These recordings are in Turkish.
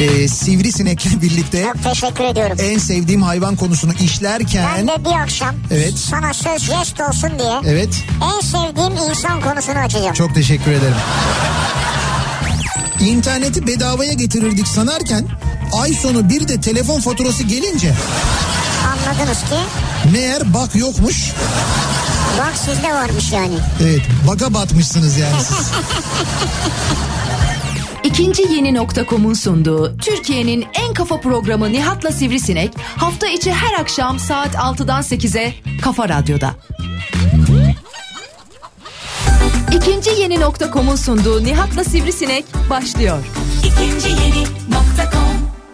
Sivrisinek'le birlikte. Çok teşekkür ediyorum. En sevdiğim hayvan konusunu işlerken. Ben de bir akşam sana söz jest olsun diye. Evet. En sevdiğim insan konusunu açacağım. Çok teşekkür ederim. İnterneti bedavaya getirirdik sanarken ay sonu bir de telefon faturası gelince. Anladınız ki. Meğer bak yokmuş. Bak sizde varmış yani. Evet, baka batmışsınız yani siz. İkinci Yeni.com'un sunduğu Türkiye'nin en kafa programı Nihat'la Sivrisinek hafta içi her akşam saat 6'dan 8'e Kafa Radyo'da. İkinci Yeni.com'un sunduğu Nihat'la Sivrisinek başlıyor. İkinci Yeni.com.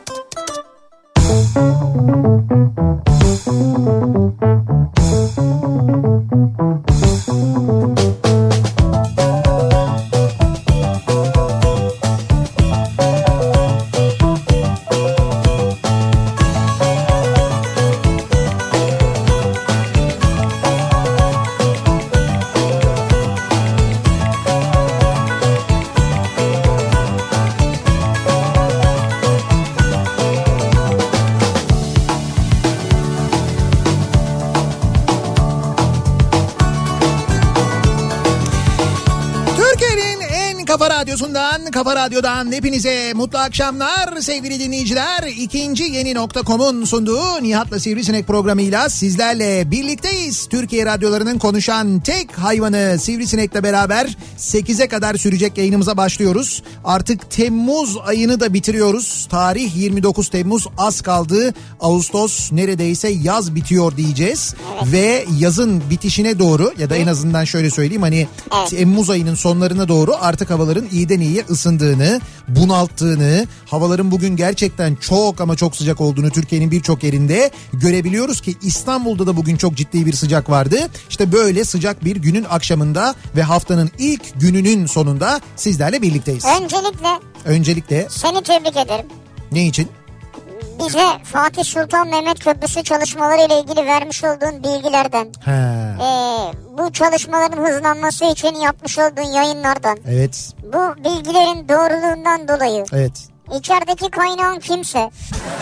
Kafa Radyo'dan hepinize mutlu akşamlar sevgili dinleyiciler. İkinci Yeni.com'un sunduğu Nihat'la Sivrisinek programıyla sizlerle birlikteyiz. Türkiye radyolarının konuşan tek hayvanı Sivrisinek'le beraber 8'e kadar sürecek yayınımıza başlıyoruz. Artık Temmuz ayını da bitiriyoruz. Tarih 29 Temmuz, az kaldı. Ağustos neredeyse yaz bitiyor diyeceğiz. Evet. Ve yazın bitişine doğru ya da en azından şöyle söyleyeyim hani Temmuz ayının sonlarına doğru artık havaların iyiden iyiye ısındığını, bunalttığını, havaların bugün gerçekten çok ama çok sıcak olduğunu Türkiye'nin birçok yerinde görebiliyoruz ki İstanbul'da da bugün çok ciddi bir sıcak vardı. İşte böyle sıcak bir günün akşamında ve haftanın ilk gününün sonunda sizlerle birlikteyiz. Öncelikle seni tebrik ederim. Ne için? Bize Fatih Sultan Mehmet Köprüsü çalışmaları ile ilgili vermiş olduğun bilgilerden, bu çalışmaların hızlanması için yapmış olduğun yayınlardan, evet, bu bilgilerin doğruluğundan dolayı, evet, içerideki kaynağın kimse,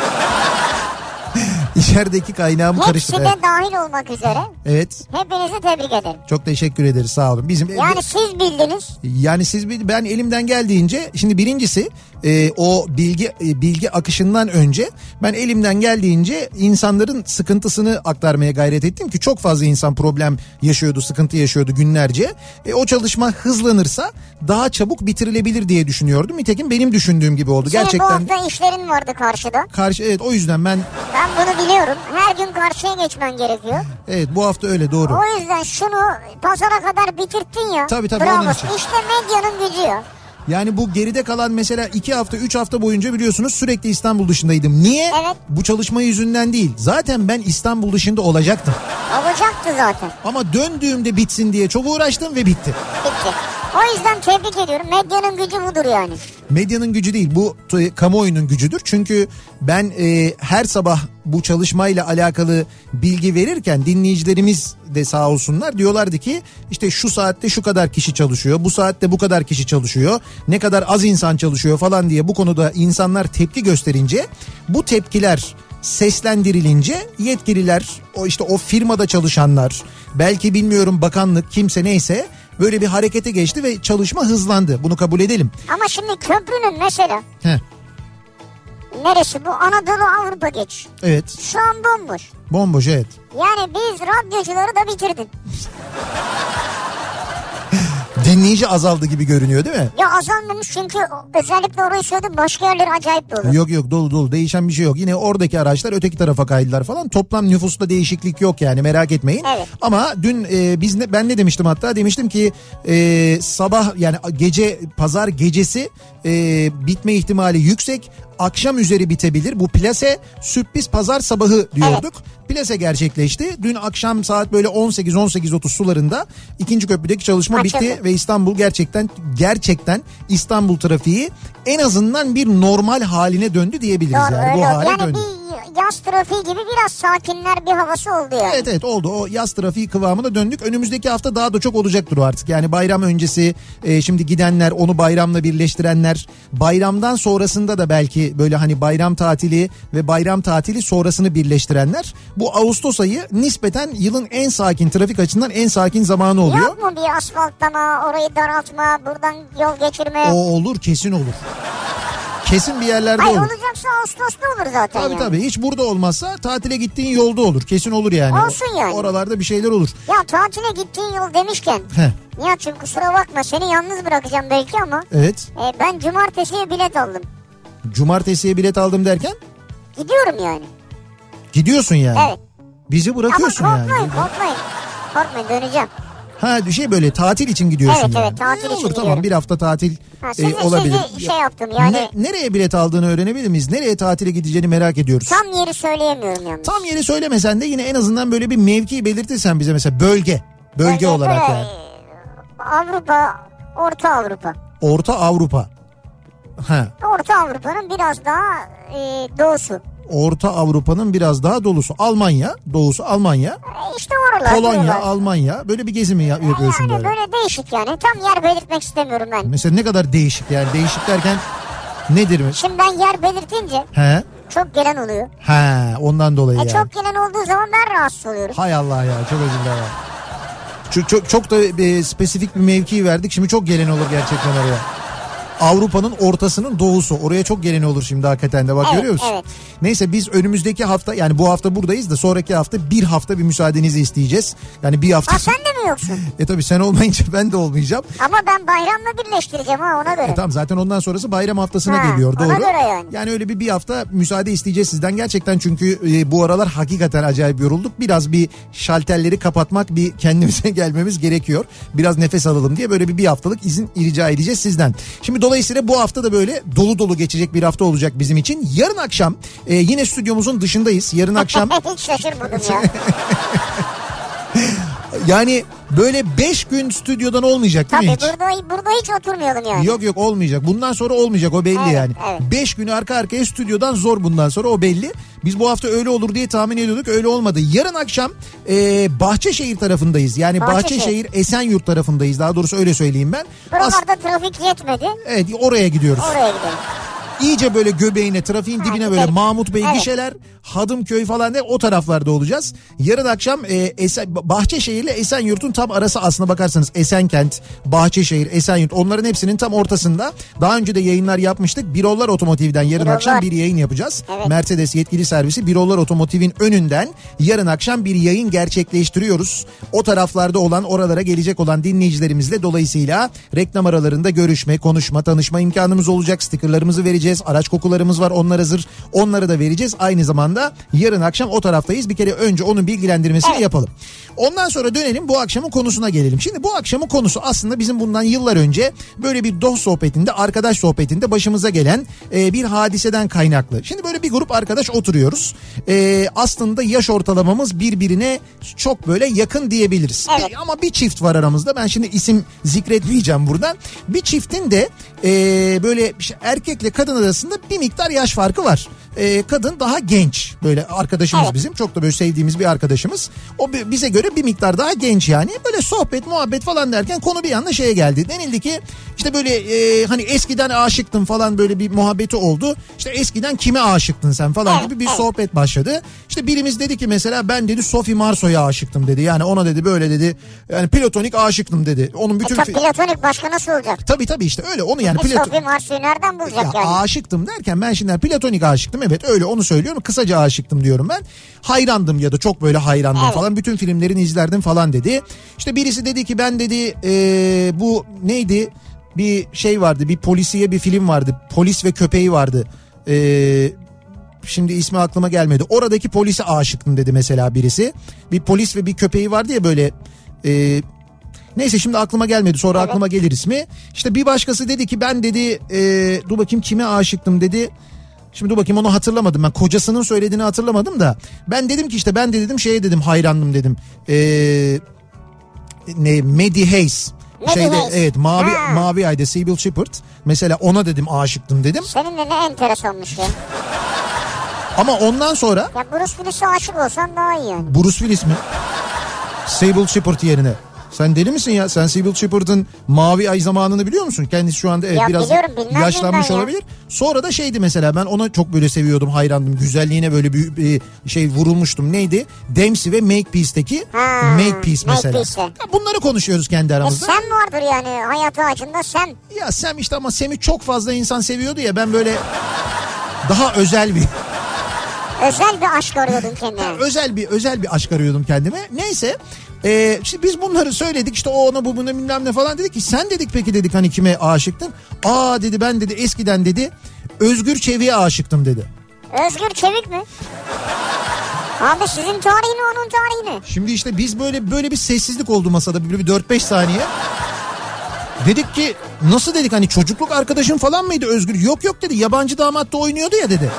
İçerideki kaynağımı karıştı. Hepsi de dahil olmak üzere. Evet. Hepinizi tebrik ederim. Çok teşekkür ederiz, sağ olun. Yani siz bildiniz. Yani ben elimden geldiğince, şimdi birincisi o bilgi akışından önce ben elimden geldiğince insanların sıkıntısını aktarmaya gayret ettim ki çok fazla insan problem yaşıyordu, sıkıntı yaşıyordu günlerce. O çalışma hızlanırsa daha çabuk bitirilebilir diye düşünüyordum. Nitekim benim düşündüğüm gibi oldu. Senin gerçekten. Bu hafta işlerin vardı karşıda. Evet, o yüzden ben bunu biliyorum. Her gün karşıya geçmen gerekiyor. Evet, bu hafta öyle, doğru. O yüzden şunu pazara kadar bitirttin ya. Tabii bravo. Onun için. İşte medyanın gücü ya. Yani bu geride kalan mesela 2 hafta 3 hafta boyunca biliyorsunuz sürekli İstanbul dışındaydım. Niye? Evet. Bu çalışma yüzünden değil. Zaten ben İstanbul dışında olacaktım. Olacaktı zaten. Ama döndüğümde bitsin diye çok uğraştım ve bitti. Bitti. O yüzden tebrik ediyorum. Medyanın gücü budur yani. Medyanın gücü değil, bu kamuoyunun gücüdür. Çünkü ben her sabah bu çalışmayla alakalı bilgi verirken dinleyicilerimiz de sağ olsunlar diyorlardı ki işte şu saatte şu kadar kişi çalışıyor, bu saatte bu kadar kişi çalışıyor, ne kadar az insan çalışıyor falan diye bu konuda insanlar tepki gösterince, bu tepkiler seslendirilince yetkililer, o firmada çalışanlar, belki bilmiyorum bakanlık, kimse neyse böyle bir harekete geçti ve çalışma hızlandı. Bunu kabul edelim. Ama şimdi köprünün mesela neresi bu? Anadolu Avrupa geç. Evet. Şu an bomboş. Bomboş, evet. Yani biz radyocuları da bitirdin. Dinleyici azaldı gibi görünüyor değil mi? Ya azalmamış çünkü özellikle orayı söyledim, başka yerler acayip dolu. Yok dolu değişen bir şey yok. Yine oradaki araçlar öteki tarafa kaydılar falan. Toplam nüfusta değişiklik yok yani, merak etmeyin. Evet. Ama dün ben ne demiştim, hatta demiştim ki sabah yani pazar gecesi bitme ihtimali yüksek. Akşam üzeri bitebilir. Bu plase sürpriz pazar sabahı diyorduk. Evet. Plase gerçekleşti. Dün akşam saat böyle 18-18.30 sularında ikinci köprüdeki çalışma bitti ve İstanbul gerçekten İstanbul trafiği en azından bir normal haline döndü diyebiliriz. Doğru, yani bu hale yani döndü. Bir yaz trafiği gibi biraz sakinler bir havası oldu yani. Evet oldu. O yaz trafiği kıvamına döndük. Önümüzdeki hafta daha da çok olacaktır o artık. Yani bayram öncesi şimdi gidenler, onu bayramla birleştirenler, bayramdan sonrasında da belki böyle hani bayram tatili ve bayram tatili sonrasını birleştirenler. Bu Ağustos ayı nispeten yılın en sakin, trafik açısından en sakin zamanı oluyor. Yok mu bir asfaltlama, orayı daraltma, buradan yol geçirme? O olur, kesin olur. Kesin bir yerlerde Hayır, olur. olacaksa Ağustos'ta olur zaten. Tabii yani. tabii, hiç burada olmazsa tatile gittiğin yolda olur. Kesin olur yani. Olsun yani. Oralarda bir şeyler olur. Ya tatile gittiğin yol demişken. Nihat'cığım kusura bakma, seni yalnız bırakacağım belki ama. Evet. Ben cumartesiye bilet aldım. Cumartesiye bilet aldım derken? Gidiyorum yani. Gidiyorsun yani. Evet. Bizi bırakıyorsun ama yani. Korkmayın döneceğim. Ha böyle tatil için gidiyorsun evet, yani. Evet tatil için olur, gidiyorum. Tamam, bir hafta tatil olabilir. Sizi şey yaptım yani. Nereye bilet aldığını öğrenebilir miyiz? Nereye tatile gideceğini merak ediyoruz. Tam yeri söyleyemiyorum yalnız. Tam yeri söylemesen de yine en azından böyle bir mevki belirtirsen bize, mesela bölge olarak yani. Avrupa, Orta Avrupa. Orta Avrupa. Orta Avrupa'nın biraz daha doğusu. Orta Avrupa'nın biraz daha doğusu Almanya. İşte oralar. Polonya, buralar. Almanya, böyle bir gezi mi yapıyorsun yani böyle? Böyle değişik yani. Tam yer belirtmek istemiyorum ben. Mesela ne kadar değişik yani, değişik derken nedir mi? Şimdi ben yer belirtince çok gelen oluyor. Ondan dolayı yani. Çok gelen olduğu zaman ben rahatsız oluyorum. Hay Allah ya, çok özür dilerim. Çok da spesifik bir mevki verdik. Şimdi çok gelen olur gerçekten oraya. Avrupa'nın ortasının doğusu. Oraya çok gelen olur şimdi hakikaten de, bak görüyor musun? Evet. Neyse, biz önümüzdeki hafta, yani bu hafta buradayız da sonraki hafta bir hafta bir müsaadenizi isteyeceğiz. Yani bir hafta... Sen de mi yoksun? Tabii sen olmayınca ben de olmayacağım. Ama ben bayramla birleştireceğim ona göre. Tamam, zaten ondan sonrası bayram haftasına geliyor, doğru. Ona göre yani. Yani öyle bir hafta müsaade isteyeceğiz sizden gerçekten, çünkü bu aralar hakikaten acayip yorulduk. Biraz bir şalterleri kapatmak, bir kendimize gelmemiz gerekiyor. Biraz nefes alalım diye böyle bir haftalık izin rica edeceğiz sizden. Şimdi dolayısıyla bu hafta da böyle dolu dolu geçecek bir hafta olacak bizim için. Yarın akşam yine stüdyomuzun dışındayız. Yarın akşam... Hiç şaşırmadım ya. Yani böyle 5 gün stüdyodan olmayacak değil mi hiç? Tabii burada hiç oturmayalım yani. Yok olmayacak. Bundan sonra olmayacak, o belli yani. 5 günü arka arkaya stüdyodan zor bundan sonra, o belli. Biz bu hafta öyle olur diye tahmin ediyorduk, öyle olmadı. Yarın akşam Bahçeşehir tarafındayız. Yani Bahçeşehir Esenyurt tarafındayız, daha doğrusu öyle söyleyeyim ben. Buralarda trafik yetmedi. Evet, oraya gidiyoruz. Oraya gidelim. İyice böyle göbeğine, trafiğin dibine böyle Mahmut Bey gişeler, Hadımköy falan de o taraflarda olacağız. Yarın akşam Bahçeşehir ile Esenyurt'un tam arası, aslına bakarsanız Esenkent, Bahçeşehir, Esenyurt, onların hepsinin tam ortasında. Daha önce de yayınlar yapmıştık. Birollar Otomotiv'den yarın akşam bir yayın yapacağız. Evet. Mercedes yetkili servisi Birollar Otomotiv'in önünden yarın akşam bir yayın gerçekleştiriyoruz. O taraflarda olan, oralara gelecek olan dinleyicilerimizle dolayısıyla reklam aralarında görüşme, konuşma, tanışma imkanımız olacak. Stickerlarımızı vereceğiz. Araç kokularımız var, onlar hazır. Onları da vereceğiz. Aynı zamanda yarın akşam o taraftayız. Bir kere önce onun bilgilendirmesini yapalım. Ondan sonra dönelim bu akşamın konusuna gelelim. Şimdi bu akşamın konusu aslında bizim bundan yıllar önce böyle bir dost sohbetinde, arkadaş sohbetinde başımıza gelen bir hadiseden kaynaklı. Şimdi böyle bir grup arkadaş oturuyoruz. Aslında yaş ortalamamız birbirine çok böyle yakın diyebiliriz. Evet. Ama bir çift var aramızda. Ben şimdi isim zikretmeyeceğim buradan. Bir çiftin de böyle erkekle kadın arasında bir miktar yaş farkı var. Kadın daha genç, böyle arkadaşımız bizim, çok da böyle sevdiğimiz bir arkadaşımız. O bize göre bir miktar daha genç yani. Böyle sohbet muhabbet falan derken konu bir anda şeye geldi. Denildi ki işte böyle hani eskiden aşıktım falan, böyle bir muhabbeti oldu. İşte eskiden kime aşıktın sen falan gibi bir sohbet başladı. İşte birimiz dedi ki mesela, ben dedi Sophie Marceau'ya aşıktım dedi. Yani ona dedi böyle dedi, yani platonik aşıktım dedi. Onun bütün platonik başka nasıl olacak? Tabii işte öyle, onu yani Sophie Marceau'yu nereden bulacak yani? Aşıktım derken ben şimdi platonik aşıktım, evet öyle, onu söylüyorum. Kısaca aşıktım diyorum ben. Hayrandım ya da çok böyle hayrandım falan. Bütün filmlerini izlerdim falan dedi. İşte birisi dedi ki ben dedi bu neydi? Bir şey vardı, bir polisiye bir film vardı. Polis ve köpeği vardı. Şimdi ismi aklıma gelmedi. Oradaki polise aşıktım dedi mesela birisi. Bir polis ve bir köpeği vardı ya böyle... Neyse şimdi aklıma gelmedi, sonra aklıma gelir ismi. İşte bir başkası dedi ki ben dedi dur bakayım kime aşıktım dedi. Şimdi dur bakayım, onu hatırlamadım ben, kocasının söylediğini hatırlamadım da. Ben dedim ki işte ben de dedim şeye dedim hayrandım dedim. Maddie Hayes. Evet, Mavi Ay'da Sybil Shepherd. Mesela ona dedim aşıktım dedim. Seninle ne enteresanmış ya. Ama ondan sonra... Ya Bruce Willis'e aşık olsan daha iyi yani. Bruce Willis mi? Sybil Shepherd yerine. Sen deli misin ya? Sen Sybil Shepherd'ın Mavi Ay zamanını biliyor musun? Kendisi şu anda biraz yaşlanmış olabilir. Sonra da şeydi mesela, ben ona çok böyle seviyordum, hayrandım. Güzelliğine böyle bir şey vurulmuştum. Neydi? Dempsey ve Makepeace'teki Makepeace mesela. Bunları konuşuyoruz kendi aramızda. Sam vardır yani hayatı ağacında Sam. Ya Sam işte, ama Sam'i çok fazla insan seviyordu ya, ben böyle daha özel bir... Özel bir aşk arıyordun kendine. özel bir aşk arıyordum kendime. Neyse. İşte biz bunları söyledik, işte o ona bu buna bilmem ne falan dedik ki, sen dedik peki dedik hani kime aşıktın? Aa dedi, ben dedi eskiden dedi Özgür Çevik'e aşıktım dedi. Özgür Çevik mi? Abi sizin tarihini onun tarihini. Şimdi işte biz böyle bir sessizlik oldu masada, bir 4-5 saniye. Dedik ki nasıl dedik, hani çocukluk arkadaşın falan mıydı Özgür? Yok dedi, Yabancı Damat'ta oynuyordu ya dedi.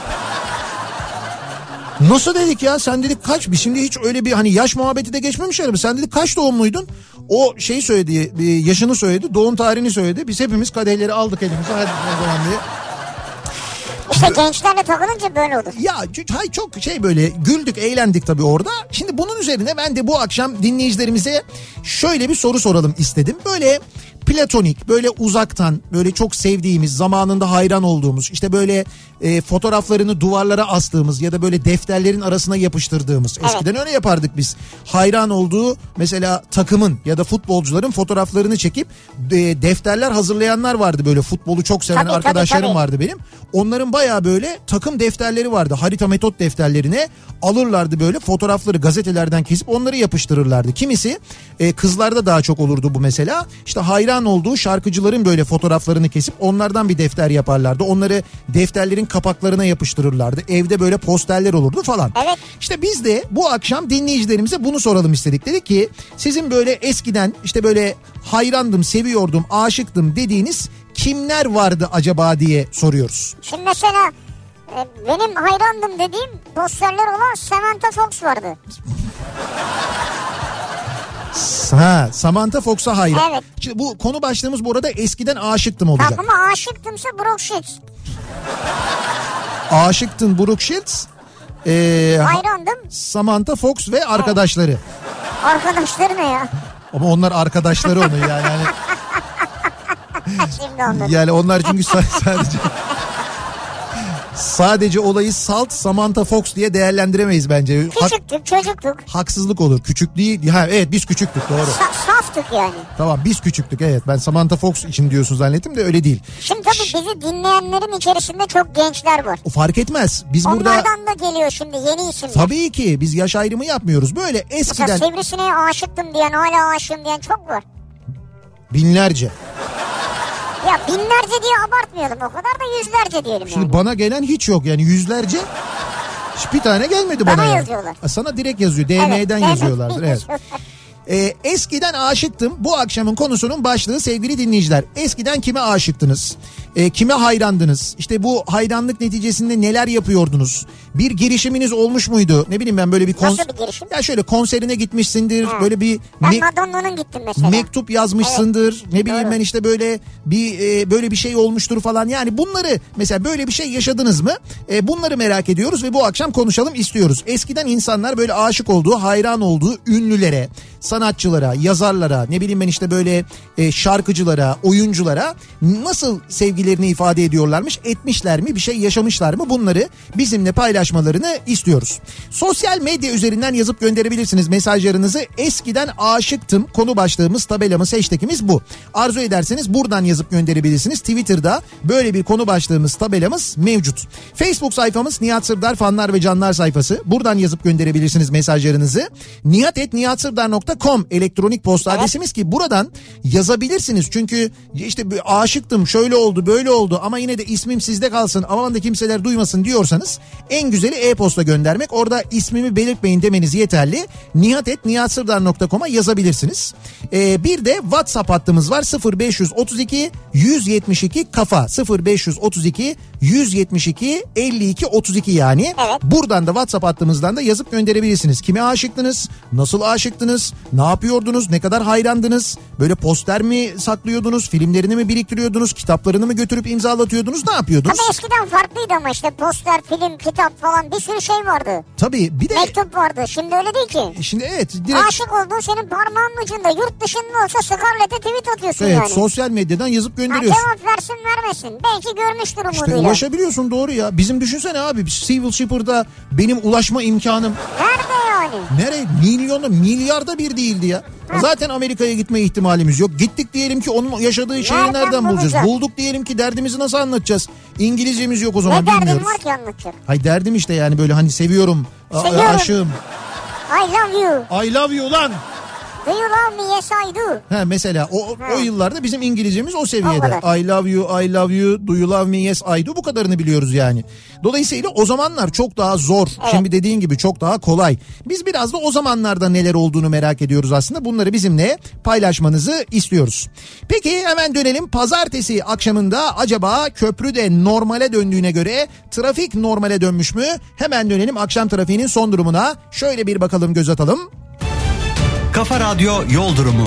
Nasıl dedik ya, sen dedik kaç, şimdi hiç öyle bir hani yaş muhabbeti de geçmemiş herhalde. Sen dedik kaç doğumluydun? O şeyi söyledi, yaşını söyledi, doğum tarihini söyledi. Biz hepimiz kadehleri aldık elimize, hadi o zaman diye. İşte gençlerle takılınca böyle olur. Ya çok böyle güldük, eğlendik tabii orada. Şimdi bunun üzerine ben de bu akşam dinleyicilerimize şöyle bir soru soralım istedim. Böyle platonik, böyle uzaktan, böyle çok sevdiğimiz, zamanında hayran olduğumuz, işte böyle fotoğraflarını duvarlara astığımız ya da böyle defterlerin arasına yapıştırdığımız. Evet. Eskiden öyle yapardık biz. Hayran olduğu mesela takımın ya da futbolcuların fotoğraflarını çekip defterler hazırlayanlar vardı, böyle futbolu çok seven arkadaşlarım vardı benim. Onların bayağı böyle takım defterleri vardı. Harita metot defterlerine alırlardı böyle fotoğrafları, gazetelerden kesip onları yapıştırırlardı. Kimisi kızlarda daha çok olurdu bu mesela. İşte hayran olduğu şarkıcıların böyle fotoğraflarını kesip onlardan bir defter yaparlardı. Onları defterlerin kapaklarına yapıştırırlardı. Evde böyle posterler olurdu falan. Evet. İşte biz de bu akşam dinleyicilerimize bunu soralım istedik. Dedik ki sizin böyle eskiden işte böyle hayrandım, seviyordum, aşıktım dediğiniz kimler vardı acaba diye soruyoruz. Şimdi mesela benim hayrandım dediğim posterler olan Samantha Fox vardı. Samantha Fox'a hayran. Evet. Şimdi bu konu başlığımız bu arada eskiden aşıktım olacak. Ama aşıktımsa Brooke Shields. Aşıktın Brooke Shields. Hayrandım. Samantha Fox ve arkadaşları. Evet. Arkadaşları ne ya? Ama onlar arkadaşları onu yani. Şimdi anladım. Yani onlar çünkü sadece olayı salt Samantha Fox diye değerlendiremeyiz bence. Küçüktük, çocuktuk. Haksızlık olur. Küçük değil. Evet biz küçüktük, doğru. Saftık yani. Tamam biz küçüktük, evet. Ben Samantha Fox için diyorsun zannettim de öyle değil. Şimdi tabii bizi dinleyenlerin içerisinde çok gençler var. O fark etmez. Biz onlardan da geliyor şimdi yeni isimler. Tabii ki biz yaş ayrımı yapmıyoruz. Böyle eskiden. Mesela Sivrisineğe aşıktım diyen, hala aşığım diyen çok var. Binlerce. Ya binlerce diye abartmayalım, o kadar da yüzlerce diyelim yani. Şimdi bana gelen hiç yok yani, yüzlerce hiçbir tane gelmedi bana. Bana yani. Yazıyorlar. Sana direkt yazıyor, DM'den yazıyorlardır. Evet. Eskiden aşıktım. Bu akşamın konusunun başlığı sevgili dinleyiciler. Eskiden kime aşıktınız? Kime hayrandınız? İşte bu hayranlık neticesinde neler yapıyordunuz? Bir girişiminiz olmuş muydu? Ne bileyim ben, böyle bir Nasıl bir girişim? Ya şöyle konserine gitmişsindir. Böyle bir ben Madonna'nın gittim mesela. Mektup yazmışsındır. Evet. Ne bileyim doğru. Ben işte böyle bir şey olmuştur falan. Yani bunları mesela, böyle bir şey yaşadınız mı? Bunları merak ediyoruz ve bu akşam konuşalım istiyoruz. Eskiden insanlar böyle aşık olduğu, hayran olduğu ünlülere, sanatçılara, yazarlara, ne bileyim ben işte böyle şarkıcılara, oyunculara nasıl sevgilerini ifade ediyorlarmış, etmişler mi, bir şey yaşamışlar mı, bunları bizimle paylaşmalarını istiyoruz. Sosyal medya üzerinden yazıp gönderebilirsiniz mesajlarınızı. Eskiden aşıktım konu başlığımız, tabelamız, hashtagimiz bu. Arzu ederseniz buradan yazıp gönderebilirsiniz. Twitter'da böyle bir konu başlığımız, tabelamız mevcut. Facebook sayfamız Nihat Sırdar fanlar ve canlar sayfası. Buradan yazıp gönderebilirsiniz mesajlarınızı. nihat@nihatsırdar.com elektronik posta adresimiz ki buradan yazabilirsiniz. Çünkü işte aşıktım, şöyle oldu, böyle oldu ama yine de ismim sizde kalsın, aman da kimseler duymasın diyorsanız en güzeli e-posta göndermek. Orada ismimi belirtmeyin demeniz yeterli. nihat@nihatsırdar.com'a yazabilirsiniz. Bir de WhatsApp hattımız var. 0532 172 kafa 0532 172 52 32 yani. Evet. Buradan da WhatsApp hattımızdan da yazıp gönderebilirsiniz. Kime aşıktınız? Nasıl aşıktınız? Ne yapıyordunuz? Ne kadar hayrandınız? Böyle poster mi saklıyordunuz? Filmlerini mi biriktiriyordunuz? Kitaplarını mı götürüp imzalatıyordunuz, ne yapıyordunuz? Tabii eskiden farklıydı ama işte poster, film, kitap falan bir sürü şey vardı. Tabii bir de... Mektup vardı, şimdi öyle değil ki. Şimdi evet. Direkt... Aşık olduğun senin parmağının ucunda, yurt dışında olsa Scarlett'e tweet atıyorsun evet, yani. Evet, sosyal medyadan yazıp gönderiyorsun. Cevap versin vermesin, belki görmüştür umuduyla. İşte ulaşabiliyorsun, doğru ya. Bizim düşünsene abi, Civil Shipper'da benim ulaşma imkanım. Nerede yani? Nereye? Milyarda bir değildi ya. Zaten Amerika'ya gitme ihtimalimiz yok. Gittik diyelim ki onun yaşadığı şeyi nereden bulacağız? Bulduk diyelim ki derdimizi nasıl anlatacağız? İngilizcemiz yok o zaman, bilmiyoruz. Ne derdin var ki anlatacak? Hayır, derdim işte yani böyle hani seviyorum. Aşığım. I love you. I love you lan. Do you love me? Yes I do. Mesela o yıllarda bizim İngilizcemiz o seviyede. I love you, I love you, do you love me, yes I do, bu kadarını biliyoruz yani. Dolayısıyla o zamanlar çok daha zor. Evet. Şimdi dediğin gibi çok daha kolay. Biz biraz da o zamanlarda neler olduğunu merak ediyoruz aslında. Bunları bizimle paylaşmanızı istiyoruz. Peki hemen dönelim. Pazartesi akşamında acaba köprü de normale döndüğüne göre trafik normale dönmüş mü? Hemen dönelim akşam trafiğinin son durumuna. Şöyle bir bakalım, göz atalım. Kafa Radyo Yol Durumu.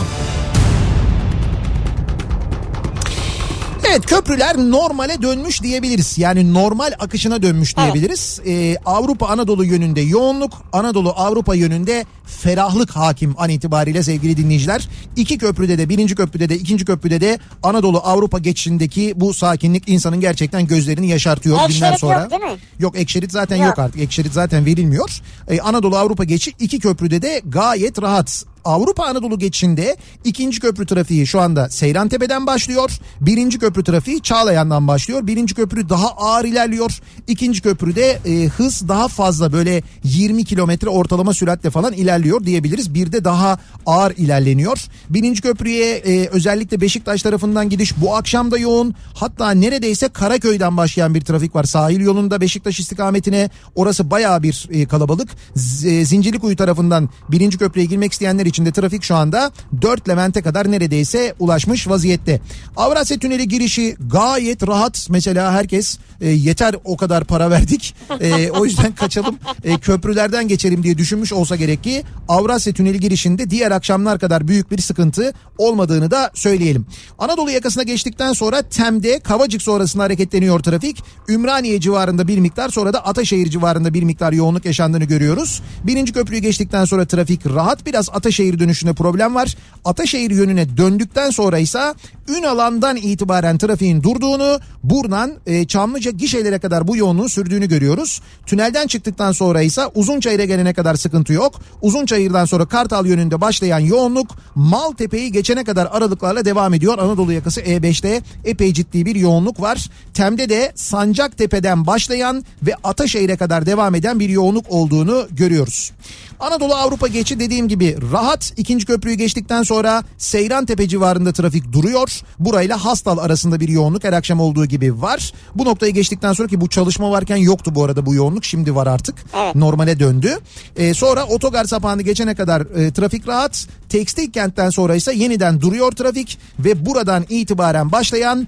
Evet, köprüler normale dönmüş diyebiliriz. Yani normal akışına dönmüş diyebiliriz. Evet. Avrupa Anadolu yönünde yoğunluk, Anadolu Avrupa yönünde ferahlık hakim an itibariyle sevgili dinleyiciler. İki köprüde de, birinci köprüde de ikinci köprüde de Anadolu Avrupa geçişindeki bu sakinlik insanın gerçekten gözlerini yaşartıyor günler sonra. Yok değil mi? Yok, ek şerit zaten yok artık. Ek şerit zaten verilmiyor. Anadolu Avrupa geçişi iki köprüde de gayet rahat. Avrupa Anadolu geçişinde ikinci köprü trafiği şu anda Seyrantepe'den başlıyor. Birinci köprü trafiği Çağlayan'dan başlıyor. Birinci köprü daha ağır ilerliyor. İkinci köprüde hız daha fazla, böyle 20 kilometre ortalama süratle falan ilerliyor diyebiliriz. Bir de daha ağır ilerleniyor. Birinci köprüye özellikle Beşiktaş tarafından gidiş bu akşam da yoğun. Hatta neredeyse Karaköy'den başlayan bir trafik var. Sahil yolunda Beşiktaş istikametine, orası bayağı bir kalabalık. Zincirlikuyu tarafından birinci köprüye girmek isteyenler içinde trafik şu anda 4 Levent'e kadar neredeyse ulaşmış vaziyette. Avrasya Tüneli girişi gayet rahat. Mesela herkes yeter o kadar para verdik. O yüzden kaçalım köprülerden geçelim diye düşünmüş olsa gerek ki Avrasya Tüneli girişinde diğer akşamlar kadar büyük bir sıkıntı olmadığını da söyleyelim. Anadolu yakasına geçtikten sonra Tem'de Kavacık sonrasında hareketleniyor trafik. Ümraniye civarında bir miktar, sonra da Ataşehir civarında bir miktar yoğunluk yaşandığını görüyoruz. Birinci köprüyü geçtikten sonra trafik rahat. Biraz Ataşehir dönüşünde problem var. Ataşehir yönüne döndükten sonra ise Ünalan'dan itibaren trafiğin durduğunu, buradan Çamlıca gişelere kadar bu yoğunluğun sürdüğünü görüyoruz. Tünelden çıktıktan sonra ise Uzunçayır'a gelene kadar sıkıntı yok. Uzunçayır'dan sonra Kartal yönünde başlayan yoğunluk Maltepe'yi geçene kadar aralıklarla devam ediyor. Anadolu yakası E5'te epey ciddi bir yoğunluk var. Tem'de de Sancaktepe'den başlayan ve Ataşehir'e kadar devam eden bir yoğunluk olduğunu görüyoruz. Anadolu Avrupa geçişi dediğim gibi rahat. İkinci köprüyü geçtikten sonra Seyrantepe civarında trafik duruyor. Burayla Hastal arasında bir yoğunluk her akşam olduğu gibi var. Bu noktayı geçtikten sonra, ki bu çalışma varken yoktu bu arada bu yoğunluk, şimdi var artık. Evet. Normale döndü. Sonra otogar sapağını geçene kadar trafik rahat. Tekstil kentten sonra ise yeniden duruyor trafik ve buradan itibaren başlayan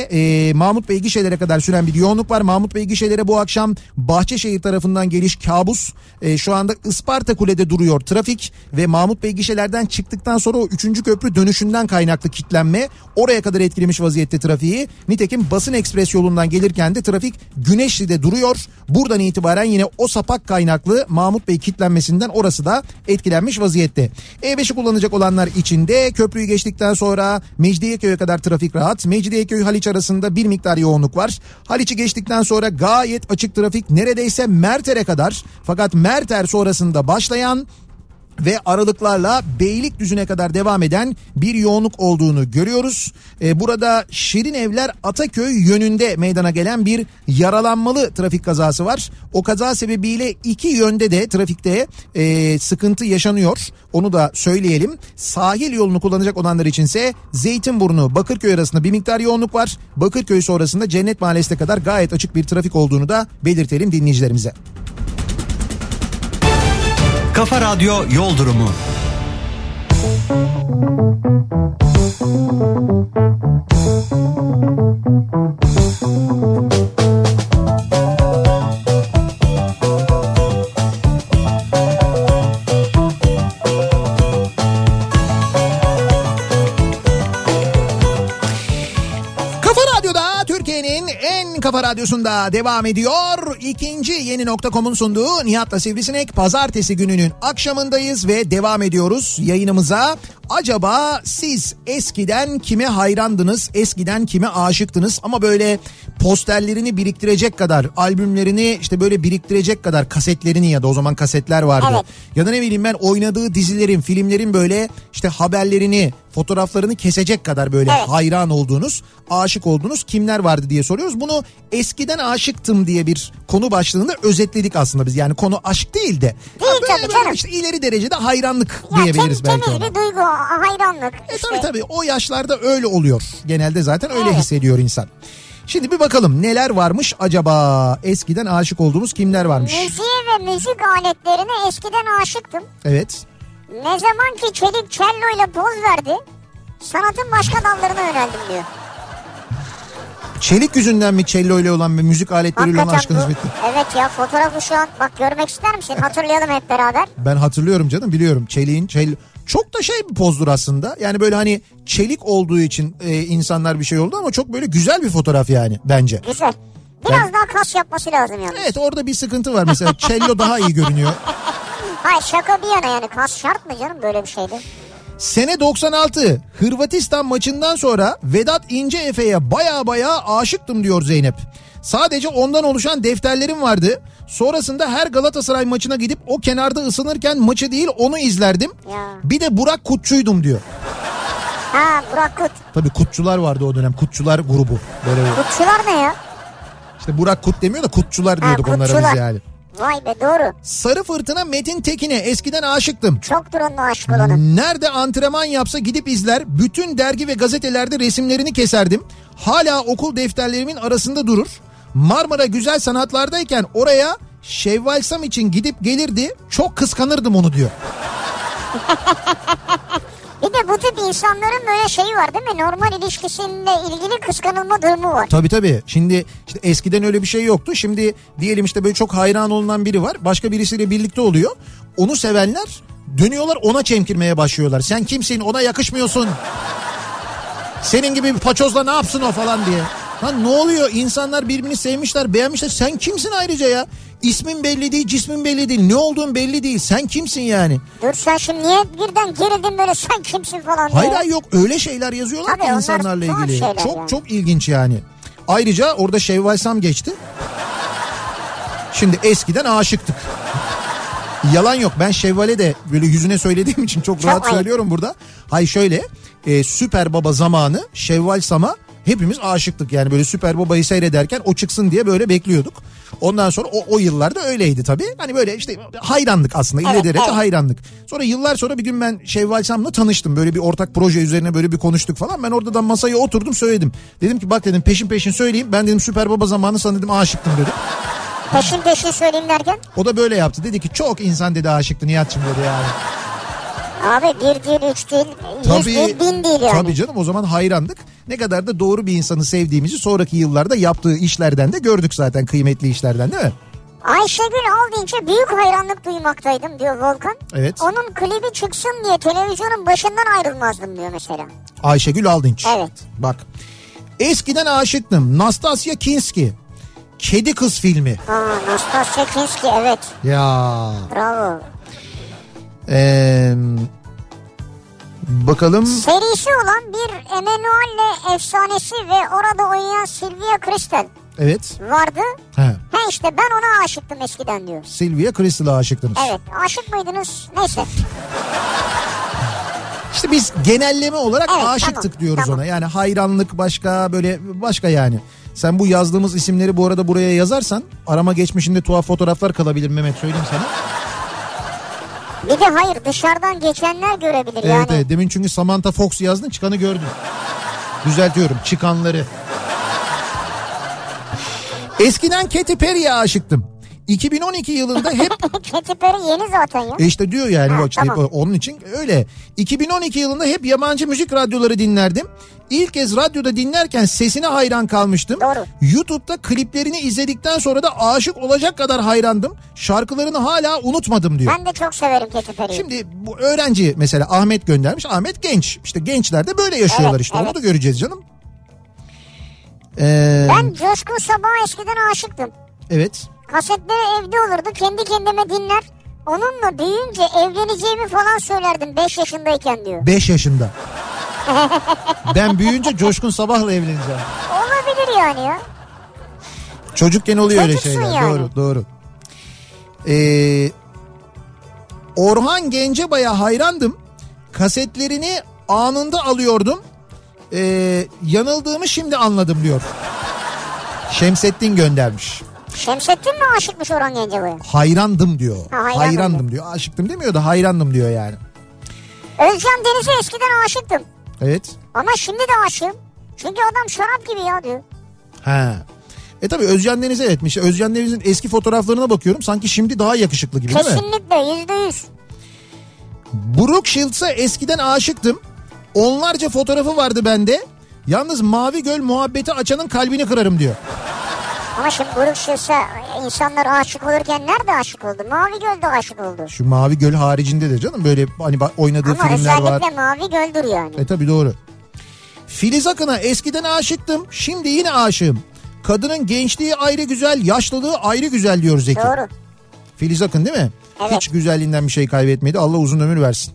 ve Mahmut Bey gişelere kadar süren bir yoğunluk var. Mahmut Bey gişelere bu akşam Bahçeşehir tarafından geliş kabus. Şu anda Isparta Kule'de duruyor trafik ve Mahmut Bey gişelerden çıktıktan sonra o 3. köprü dönüşünden kaynaklı kilitlenme oraya kadar etkilemiş vaziyette trafiği. Nitekim Basın Ekspres yolundan gelirken de trafik Güneşli'de duruyor. Buradan itibaren yine o sapak kaynaklı Mahmut Bey kilitlenmesinden orası da etkilenmiş vaziyette. E5'i kullanacak olanlar için de köprüyü geçtikten sonra Mecidiyeköy'e kadar trafik rahat. Mecidiyeköy Haliç arasında bir miktar yoğunluk var. Haliç'i geçtikten sonra gayet açık trafik neredeyse Merter'e kadar, fakat Merter sonrasında başlayan ve aralıklarla Beylikdüzü'ne kadar devam eden bir yoğunluk olduğunu görüyoruz. Burada Şirinevler Ataköy yönünde meydana gelen bir yaralanmalı trafik kazası var. O kaza sebebiyle iki yönde de trafikte sıkıntı yaşanıyor. Onu da söyleyelim. Sahil yolunu kullanacak olanlar içinse Zeytinburnu Bakırköy arasında bir miktar yoğunluk var. Bakırköy sonrasında Cennet Mahallesi'ne kadar gayet açık bir trafik olduğunu da belirtelim dinleyicilerimize. Kafa Radyo Yol Durumu. Kafa Radyosu'nda devam ediyor. İkinci yeni nokta.com'un sunduğu Nihat'la Sivrisinek pazartesi gününün akşamındayız ve devam ediyoruz yayınımıza. Acaba siz eskiden kime hayrandınız, eskiden kime aşıktınız ama böyle posterlerini biriktirecek kadar, albümlerini işte böyle biriktirecek kadar, kasetlerini, ya da o zaman kasetler vardı. Evet. Ya da ne bileyim ben, oynadığı dizilerin, filmlerin böyle işte haberlerini, fotoğraflarını kesecek kadar böyle hayran olduğunuz, aşık olduğunuz kimler vardı diye soruyoruz. Bunu eskiden aşıktım diye bir konu başlığında özetledik aslında biz. Yani konu aşk değil de. Değil tabii canım. İşte ileri derecede hayranlık ya diyebiliriz belki temiz ona. bir duygu, hayranlık. İşte. Tabii o yaşlarda öyle oluyor. Genelde zaten öyle hissediyor insan. Şimdi bir bakalım neler varmış acaba? Eskiden aşık olduğumuz kimler varmış? Müziğe ve müzik aletlerine eskiden aşıktım. Evet. Ne zaman ki çelik cello ile poz verdi, sanatın başka dallarına yöneldim diyor. Çelik yüzünden mi cello ile olan ve müzik aletleriyle olan aşkınız bitti? Evet ya, fotoğrafı şu an bak, görmek ister misin? Hatırlayalım hep beraber. Ben hatırlıyorum canım, biliyorum. Çeliğin çok da bir pozdur aslında. Yani böyle hani çelik olduğu için insanlar bir şey oldu ama çok böyle güzel bir fotoğraf yani bence. Güzel. Biraz daha kas yapması lazım yani. Evet, orada bir sıkıntı var mesela. Cello daha iyi görünüyor. Hayır, şaka bir yana, yani kas şart mı canım böyle bir şeyde? Sene 96 Hırvatistan maçından sonra Vedat İnceefe'ye baya aşıktım diyor Zeynep. Sadece ondan oluşan defterlerim vardı. Sonrasında her Galatasaray maçına gidip o kenarda ısınırken maçı değil onu izlerdim. Ya. Bir de Burak Kutçu'ydum diyor. Ha, Burak Kut. Tabii Kutçular vardı o dönem. Kutçular grubu. Böyle. Kutçular ne ya? İşte Burak Kut demiyor da Kutçular diyorduk onlara biz yani. Vay be, doğru. Sarı Fırtına Metin Tekin'e eskiden aşıktım. Çoktur onun aşık olanı. Nerede antrenman yapsa gidip izler. Bütün dergi ve gazetelerde resimlerini keserdim. Hala okul defterlerimin arasında durur. Marmara Güzel Sanatlar'dayken oraya Şevval Sam için gidip gelirdi. Çok kıskanırdım onu diyor. Bir de bu tip insanların böyle şeyi var değil mi? Normal ilişkisiyle ilgili kıskanılma durumu var. Tabii. Şimdi işte eskiden öyle bir şey yoktu. Şimdi diyelim işte böyle çok hayran olunan biri var. Başka birisiyle birlikte oluyor. Onu sevenler dönüyorlar, ona çemkirmeye başlıyorlar. Sen kimsin? Ona yakışmıyorsun. Senin gibi bir paçozla ne yapsın o falan diye. Lan ne oluyor? İnsanlar birbirini sevmişler, beğenmişler. Sen kimsin ayrıca ya? İsmin belli değil, cismin belli değil. Ne olduğun belli değil. Sen kimsin yani? Dur sen şimdi niye birden gerildin böyle, sen kimsin falan diye. Hayır yok, öyle şeyler yazıyorlar tabii ki insanlarla ilgili. Çok ilginç yani. Ayrıca orada Şevval Sam geçti. Şimdi eskiden aşıktık. Yalan yok, ben Şevval'e de böyle yüzüne söylediğim için çok rahat söylüyorum burada. Hayır şöyle, Süper Baba zamanı Şevval Sam'a hepimiz aşıktık. Yani böyle Süper Baba'yı seyrederken o çıksın diye böyle bekliyorduk. Ondan sonra o yıllarda öyleydi tabii. Hani böyle işte hayranlık aslında, ileri derece hayranlık. Sonra yıllar sonra bir gün ben Şevval Sam'la tanıştım. Böyle bir ortak proje üzerine böyle bir konuştuk falan. Ben orada da masaya oturdum, söyledim. Dedim ki bak dedim, peşin söyleyeyim. Ben dedim Süper Baba zamanı sana dedim aşıktım dedim. Peşin söyleyeyim derken? O da böyle yaptı. Dedi ki çok insan dedi aşıktı Nihat'cığım dedi yani. Abi 1 değil, 3 değil, 100 değil, 1000 değil yani. Tabii canım, o zaman hayrandık. Ne kadar da doğru bir insanı sevdiğimizi sonraki yıllarda yaptığı işlerden de gördük zaten, kıymetli işlerden değil mi? Ayşegül Aldinç'e büyük hayranlık duymaktaydım diyor Volkan. Evet. Onun klibi çıksın diye televizyonun başından ayrılmazdım diyor mesela. Ayşegül Aldinç. Evet. Bak. Eskiden aşıktım. Nastasya Kinski. Kedi Kız filmi. Nastasya Kinski, evet. Ya. Bravo. Bakalım. Serisi olan bir Emanuelle efsanesi ve orada oynayan Sylvia Kristel. Evet. Vardı. He işte ben ona aşıktım eskiden diyor. Sylvia Kristel'a aşıktınız. Evet, aşık mıydınız? Neyse. İşte biz genelleme olarak evet, aşıktık diyoruz ona. Yani hayranlık başka, böyle başka yani. Sen bu yazdığımız isimleri bu arada buraya yazarsan arama geçmişinde tuhaf fotoğraflar kalabilir Mehmet, söyleyeyim sana. Bir de hayır, dışarıdan geçenler görebilir yani. Evet, demin çünkü Samantha Fox yazdın, çıkanı gördüm. Düzeltiyorum, çıkanları. Eskiden Katy Perry'e aşıktım. 2012 yılında hep... Katy Perry yeni zaten ya. İşte diyor yani ha, bak işte tamam. Onun için öyle. 2012 yılında hep yabancı müzik radyoları dinlerdim. İlk kez radyoda dinlerken sesine hayran kalmıştım. Doğru. YouTube'da kliplerini izledikten sonra da aşık olacak kadar hayrandım. Şarkılarını hala unutmadım diyor. Ben de çok severim Katy Perry'yi. Şimdi bu öğrenci mesela Ahmet göndermiş. Ahmet genç. İşte gençler de böyle yaşıyorlar, evet, işte. Evet. Onu da göreceğiz canım. Ben Coşkun Sabah'a eskiden aşıktım. Evet. Kasetleri evde olurdu, kendi kendime dinler. Onunla büyüyünce evleneceğimi falan söylerdim 5 yaşındayken diyor. 5 yaşında. Ben büyüyünce Coşkun Sabah'la evleneceğim. Olabilir yani ya. Çocukken oluyor Çocuksun öyle şeyler. yani. Doğru. Orhan Gencebay'a hayrandım. Kasetlerini anında alıyordum. Yanıldığımı şimdi anladım diyor. Şemsettin göndermiş. Şemsettin mi aşıkmış Orhan Gencebay'a? Hayrandım diyor. Hayrandım diyor. Aşıktım demiyor da hayrandım diyor yani. Özcan Deniz'e eskiden aşıktım. Evet. Ama şimdi de aşığım. Çünkü adam şarap gibi ya diyor. Ha. Tabii Özcan Deniz etmiş. Özcan Deniz'in eski fotoğraflarına bakıyorum. Sanki şimdi daha yakışıklı gibi değil mi? Kesinlikle %100. Brooke Shields'a eskiden aşıktım. Onlarca fotoğrafı vardı bende. Yalnız Mavi Göl muhabbeti açanın kalbini kırarım diyor. Ama şimdi Brooke Shields'a insanlar aşık olurken nerede aşık oldu? Mavi Göl'de aşık oldu. Şu Mavi Göl haricinde de canım böyle hani oynadığı ama filmler var. Ama özellikle Mavi Göl'dür yani. Tabii doğru. Filiz Akın'a eskiden aşıktım. Şimdi yine aşığım. Kadının gençliği ayrı güzel, yaşlılığı ayrı güzel diyor Zeki. Doğru. Filiz Akın değil mi? Evet. Hiç güzelliğinden bir şey kaybetmedi. Allah uzun ömür versin.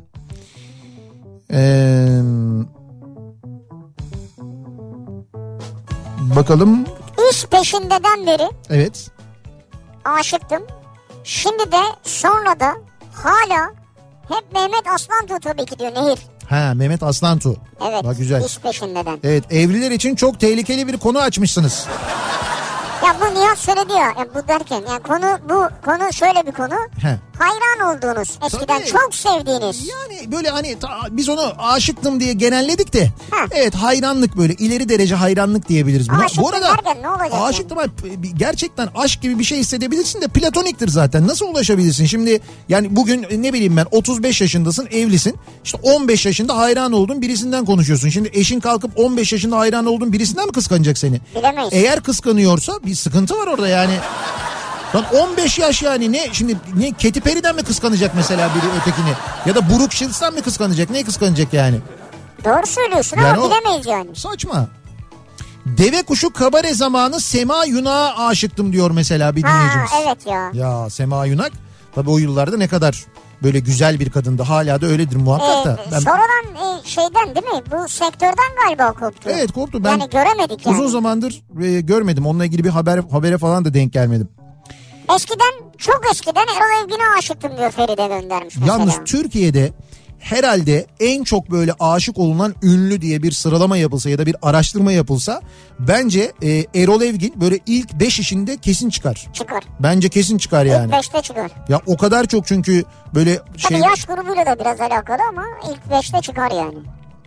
Bakalım. İş peşindeden beri. Evet. Aşıktım. Şimdi de sonra da hala hep Mehmet Aslantu tabii ki diyor Nehir. Ha, Mehmet Aslantu. Evet. Bak güzel. İş peşindeden. Evet, evliler için çok tehlikeli bir konu açmışsınız. Ya bu Nihat söyledi ya. Bu derken yani konu şöyle bir konu. He. Hayran olduğunuz, eskiden Tabii. çok sevdiğiniz. Yani böyle hani biz onu aşıktım diye genelledik de. Ha. Evet, hayranlık, böyle ileri derece hayranlık diyebiliriz buna. Aşıktım Bu arada derken ne olacak aşıktım gerçekten aşk gibi bir şey hissedebilirsin de platoniktir zaten. Nasıl ulaşabilirsin? Şimdi yani bugün ne bileyim ben 35 yaşındasın, evlisin. İşte 15 yaşında hayran olduğun birisinden konuşuyorsun. Şimdi eşin kalkıp 15 yaşında hayran olduğun birisinden mi kıskanacak seni? Bilemeyiz. Eğer kıskanıyorsa bir sıkıntı var orada yani. Lan 15 yaş yani ne şimdi ne Katy Perry'den mi kıskanacak mesela biri ötekini? Ya da Brooke Shields'tan mı kıskanacak? Ne kıskanacak yani? Doğru söylüyorsun yani ama bilemeyiz yani. Saçma. Deve Kuşu kabare zamanı Sema Yunak'a aşıktım diyor mesela bir dinleyicimiz. Ha evet ya. Ya Sema Yunak tabii o yıllarda ne kadar böyle güzel bir kadındı. Hala da öyledir muhakkak da. Sonradan şeyden değil mi? Bu sektörden galiba koptu. Evet koptu. Ben yani göremedik yani. Uzun zamandır görmedim. Onunla ilgili bir habere falan da denk gelmedim. Çok eskiden Erol Evgin'e aşıktım diyor Feride göndermiş mesela. Yalnız Türkiye'de herhalde en çok böyle aşık olunan ünlü diye bir sıralama yapılsa ya da bir araştırma yapılsa bence Erol Evgin böyle ilk 5 işinde kesin çıkar. Çıkar. Bence kesin çıkar yani. İlk 5'te çıkar. Ya o kadar çok çünkü böyle Tabii yaş grubuyla da biraz alakalı ama ilk 5'te çıkar yani.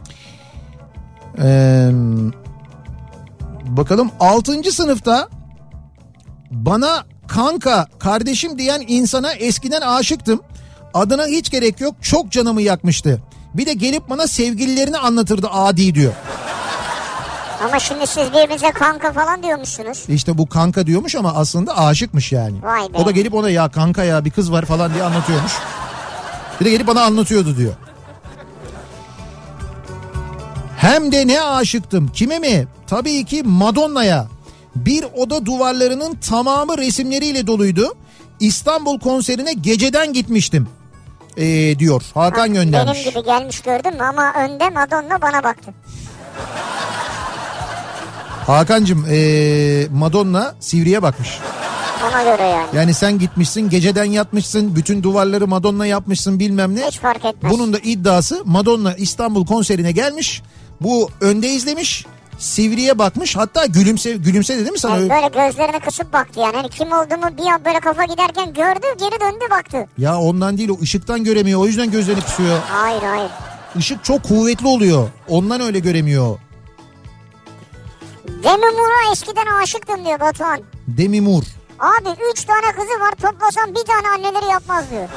Bakalım 6. sınıfta bana kanka, kardeşim diyen insana eskiden aşıktım. Adına hiç gerek yok, çok canımı yakmıştı. Bir de gelip bana sevgililerini anlatırdı adi diyor. Ama şimdi siz birbirinize kanka falan diyormuşsunuz. İşte bu kanka diyormuş ama aslında aşıkmış yani. Vay be. O da gelip ona ya kanka ya bir kız var falan diye anlatıyormuş. Bir de gelip bana anlatıyordu diyor. Hem de ne aşıktım. Kime mi? Tabii ki Madonna'ya. Bir oda duvarlarının tamamı resimleriyle doluydu. İstanbul konserine geceden gitmiştim. Diyor. Hakan göndermiş. Benim gibi gelmiş gördün mü ama önde Madonna bana baktı. Hakan'cığım Madonna Sivri'ye bakmış. Ona göre yani. Yani sen gitmişsin, geceden yatmışsın, bütün duvarları Madonna yapmışsın bilmem ne. Hiç fark etmez. Bunun da iddiası Madonna İstanbul konserine gelmiş. Bu önde izlemiş. Sivri'ye bakmış, hatta gülümsedi değil mi sana? Yani böyle gözlerini kısıp baktı yani. Hani kim olduğumu bir an böyle kafa giderken gördü, geri döndü baktı. Ya ondan değil, o ışıktan göremiyor, o yüzden gözlerini kısıyor. Hayır. Işık çok kuvvetli oluyor, ondan öyle göremiyor. Demi Moore'a eskiden aşıktım diyor Batuhan. Demi Moore. Abi 3 tane kızı var, toplasam bir tane anneleri yapmaz diyor.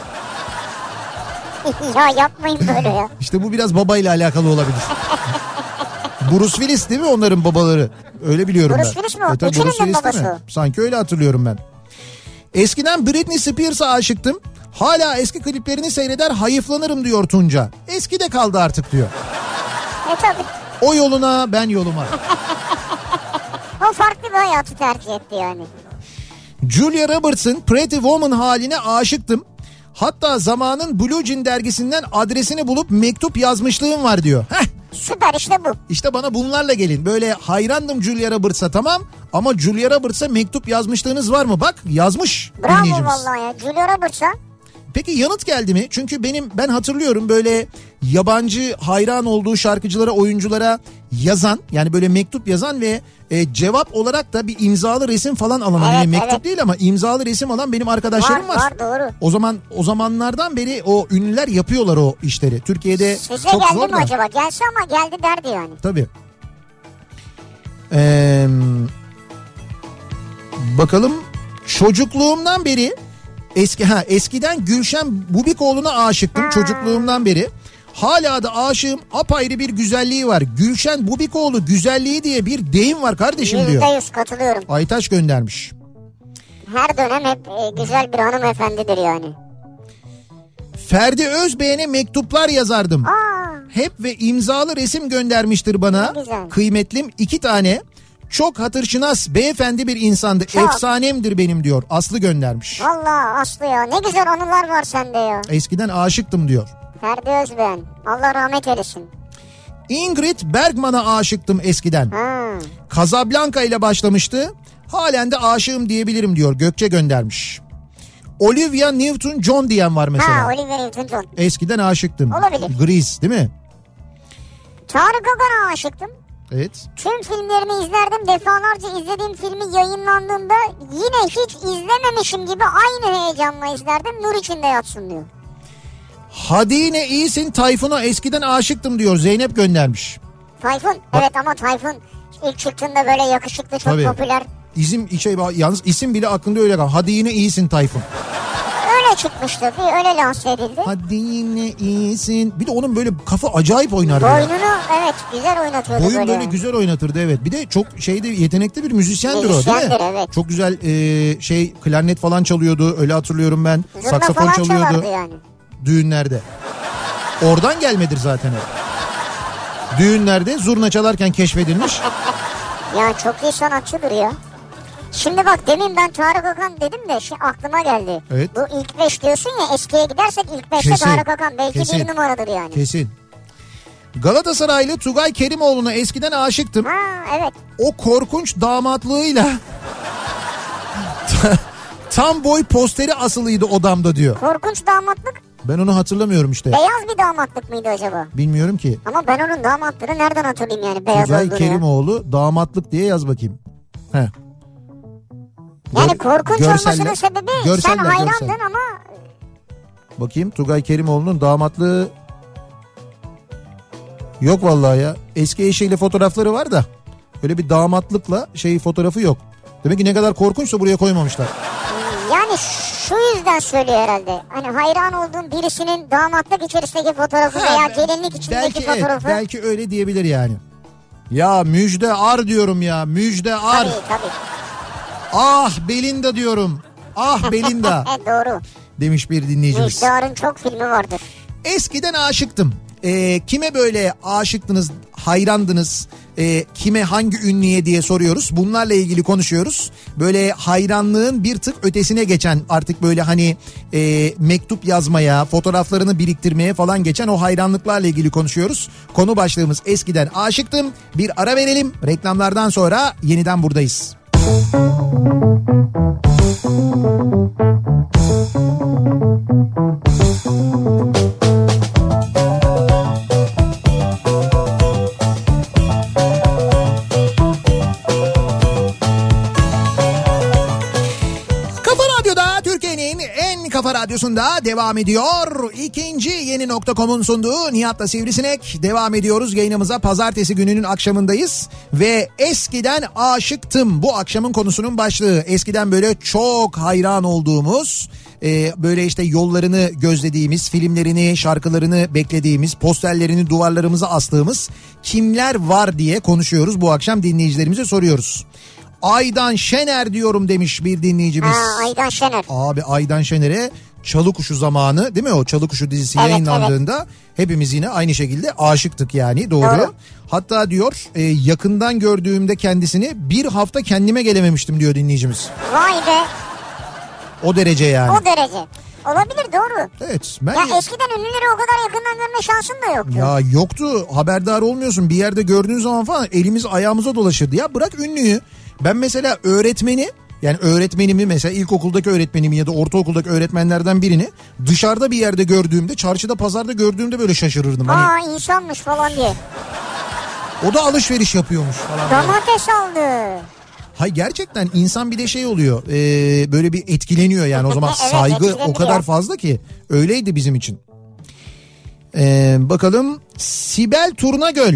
Ya yapmayın böyle ya. İşte bu biraz babayla alakalı olabilir. Bruce Willis değil mi onların babaları? Öyle biliyorum Bruce ben. Willis mi o? Üçünün de babası. Sanki öyle hatırlıyorum ben. Eskiden Britney Spears'a aşıktım. Hala eski kliplerini seyreder hayıflanırım diyor Tunca. Eski de kaldı artık diyor. Tabii. O yoluna ben yoluma. O O farklı bir hayatı tercih etti yani. Julia Roberts'ın Pretty Woman haline aşıktım. Hatta zamanın Blue Jean dergisinden adresini bulup mektup yazmışlığım var diyor. Heh. Süper, işte bu. İşte bana bunlarla gelin. Böyle hayrandım Julia Roberts'a, tamam, ama Julia Roberts'a mektup yazmışlığınız var mı? Bak, yazmış dinleyicimiz. Bravo vallahi ya, Julia Roberts'a. Peki yanıt geldi mi? Çünkü ben hatırlıyorum böyle yabancı hayran olduğu şarkıcılara, oyunculara yazan, yani böyle mektup yazan ve cevap olarak da bir imzalı resim falan alan. Evet, yani mektup evet. değil ama imzalı resim alan benim arkadaşlarım var. Var, doğru. O zamanlardan beri o ünlüler yapıyorlar o işleri. Türkiye'de size çok geldi zor mi da. acaba? Gelse ama geldi derdi yani. Tabii. Bakalım, çocukluğumdan beri eskiden Gülşen Bubikoğlu'na aşıktım çocukluğumdan beri. Hala da aşığım, apayrı bir güzelliği var. Gülşen Bubikoğlu güzelliği diye bir deyim var kardeşim diyor. %100 katılıyorum. Aytaç göndermiş. Her dönem hep güzel bir hanımefendidir yani. Ferdi Özbeğen'e mektuplar yazardım. Hep ve imzalı resim göndermiştir bana. Kıymetlim 2 tane. Çok hatırşınas beyefendi bir insandı. Çok. Efsanemdir benim diyor. Aslı göndermiş. Valla Aslı ya, ne güzel anılar var sende ya. Eskiden aşıktım diyor. Ferdi Özbeğen, Allah rahmet eylesin. Ingrid Bergman'a aşıktım eskiden. Casablanca ile başlamıştı. Halen de aşığım diyebilirim diyor. Gökçe göndermiş. Olivia Newton-John diyen var mesela. Olivia Newton-John. Eskiden aşıktım. Olabilir. Grease değil mi? Tarık Akan'a aşıktım. Evet. Tüm filmlerini izlerdim. Defalarca izlediğim filmi yayınlandığında yine hiç izlememişim gibi aynı heyecanla izlerdim. Nur içinde yatsın diyor. Hadi yine iyisin Tayfun'a eskiden aşıktım diyor. Zeynep göndermiş. Tayfun, evet, ama Tayfun ilk çıktığında böyle yakışıklı, çok Tabii. popüler. Yalnız isim bile aklında öyle kaldı. Hadi yine iyisin Tayfun. Öyle çıkmıştı, öyle lanse edildi. Hadi yine iyisin. Bir de onun böyle kafa acayip oynardı. Boynunu evet güzel oynatıyordu. Boyun böyle güzel oynatırdı, evet. Bir de çok yetenekli bir müzisyendir o, değil mi? Müzisyendir, evet. Çok güzel klarnet falan çalıyordu, öyle hatırlıyorum ben. Zurna Saksafon falan çalıyordu. yani. Düğünlerde. Oradan gelmedir zaten o. Düğünlerde zurna çalarken keşfedilmiş. Ya çok iyi sanatçıdır ya. Şimdi bak, demin ben Tarık Akan dedim de aklıma geldi. Evet. Bu ilk 5 diyorsun ya, eskiye gidersek ilk 5'te Kesin, Tarık Akan belki kesin. 1 numaradır yani. Kesin. Galatasaraylı Tugay Kerimoğlu'na eskiden aşıktım. Evet. O korkunç damatlığıyla tam boy posteri asılıydı odamda diyor. Korkunç damatlık? Ben onu hatırlamıyorum işte. Beyaz bir damatlık mıydı acaba? Bilmiyorum ki. Ama ben onun damatlığını nereden hatırlayayım yani, beyaz Tugay olduğunu Kerimoğlu damatlık diye yaz bakayım. He. Yani korkunç olmasının sebebi sen hayrandın ama... Bakayım, Tugay Kerimoğlu'nun damatlığı yok vallahi ya. Eski eşiyle fotoğrafları var da öyle bir damatlıkla fotoğrafı yok. Demek ki ne kadar korkunçsa buraya koymamışlar. Yani şu yüzden söylüyor herhalde. Hani hayran olduğun birisinin damatlık içerisindeki fotoğrafı veya gelinlik içindeki fotoğrafı. Evet, belki öyle diyebilir yani. Ya müjde ar diyorum ya, müjde ar. Tabii. Ah Belinda diyorum. Ah Belinda. Doğru. Demiş bir dinleyicimiz. Müjde Ar'ın çok filmi vardır. Eskiden aşıktım. Kime böyle aşıktınız, hayrandınız, kime, hangi ünlüye diye soruyoruz. Bunlarla ilgili konuşuyoruz. Böyle hayranlığın bir tık ötesine geçen, artık böyle hani mektup yazmaya, fotoğraflarını biriktirmeye falan geçen o hayranlıklarla ilgili konuşuyoruz. Konu başlığımız eskiden aşıktım. Bir ara verelim. Reklamlardan sonra yeniden buradayız. Kafa Radyosu'nda devam ediyor. İkinci yeni nokta.com'un sunduğu Nihat'la Sivrisinek. Devam ediyoruz yayınımıza. Pazartesi gününün akşamındayız. Ve eskiden aşıktım. Bu akşamın konusunun başlığı. Eskiden böyle çok hayran olduğumuz, böyle işte yollarını gözlediğimiz, filmlerini, şarkılarını beklediğimiz, posterlerini duvarlarımıza astığımız kimler var diye konuşuyoruz. Bu akşam dinleyicilerimize soruyoruz. Aydan Şener diyorum demiş bir dinleyicimiz. Aydan Şener. Abi Aydan Şener'e Çalı Kuşu zamanı değil mi, o Çalı Kuşu dizisi yayınlandığında hepimiz yine aynı şekilde aşıktık yani, doğru. Hatta diyor yakından gördüğümde kendisini bir hafta kendime gelememiştim diyor dinleyicimiz. Vay be. O derece yani. O derece. Olabilir, doğru. Evet. Ya eskiden ünlüleri o kadar yakından görme şansın da yoktu. Ya yoktu, haberdar olmuyorsun, bir yerde gördüğün zaman falan elimiz ayağımıza dolaşırdı. Ya bırak ünlüyü, ben mesela öğretmeni, yani öğretmenimi mesela ilkokuldaki öğretmenimi ya da ortaokuldaki öğretmenlerden birini dışarıda bir yerde gördüğümde, çarşıda pazarda gördüğümde böyle şaşırırdım. Hani, insanmış falan diye. O da alışveriş yapıyormuş falan. Domates aldı. Hayır, gerçekten insan bir de şey oluyor, böyle bir etkileniyor yani o zaman. Evet, saygı o kadar fazla ki, öyleydi bizim için. Bakalım Sibel Turnagöl.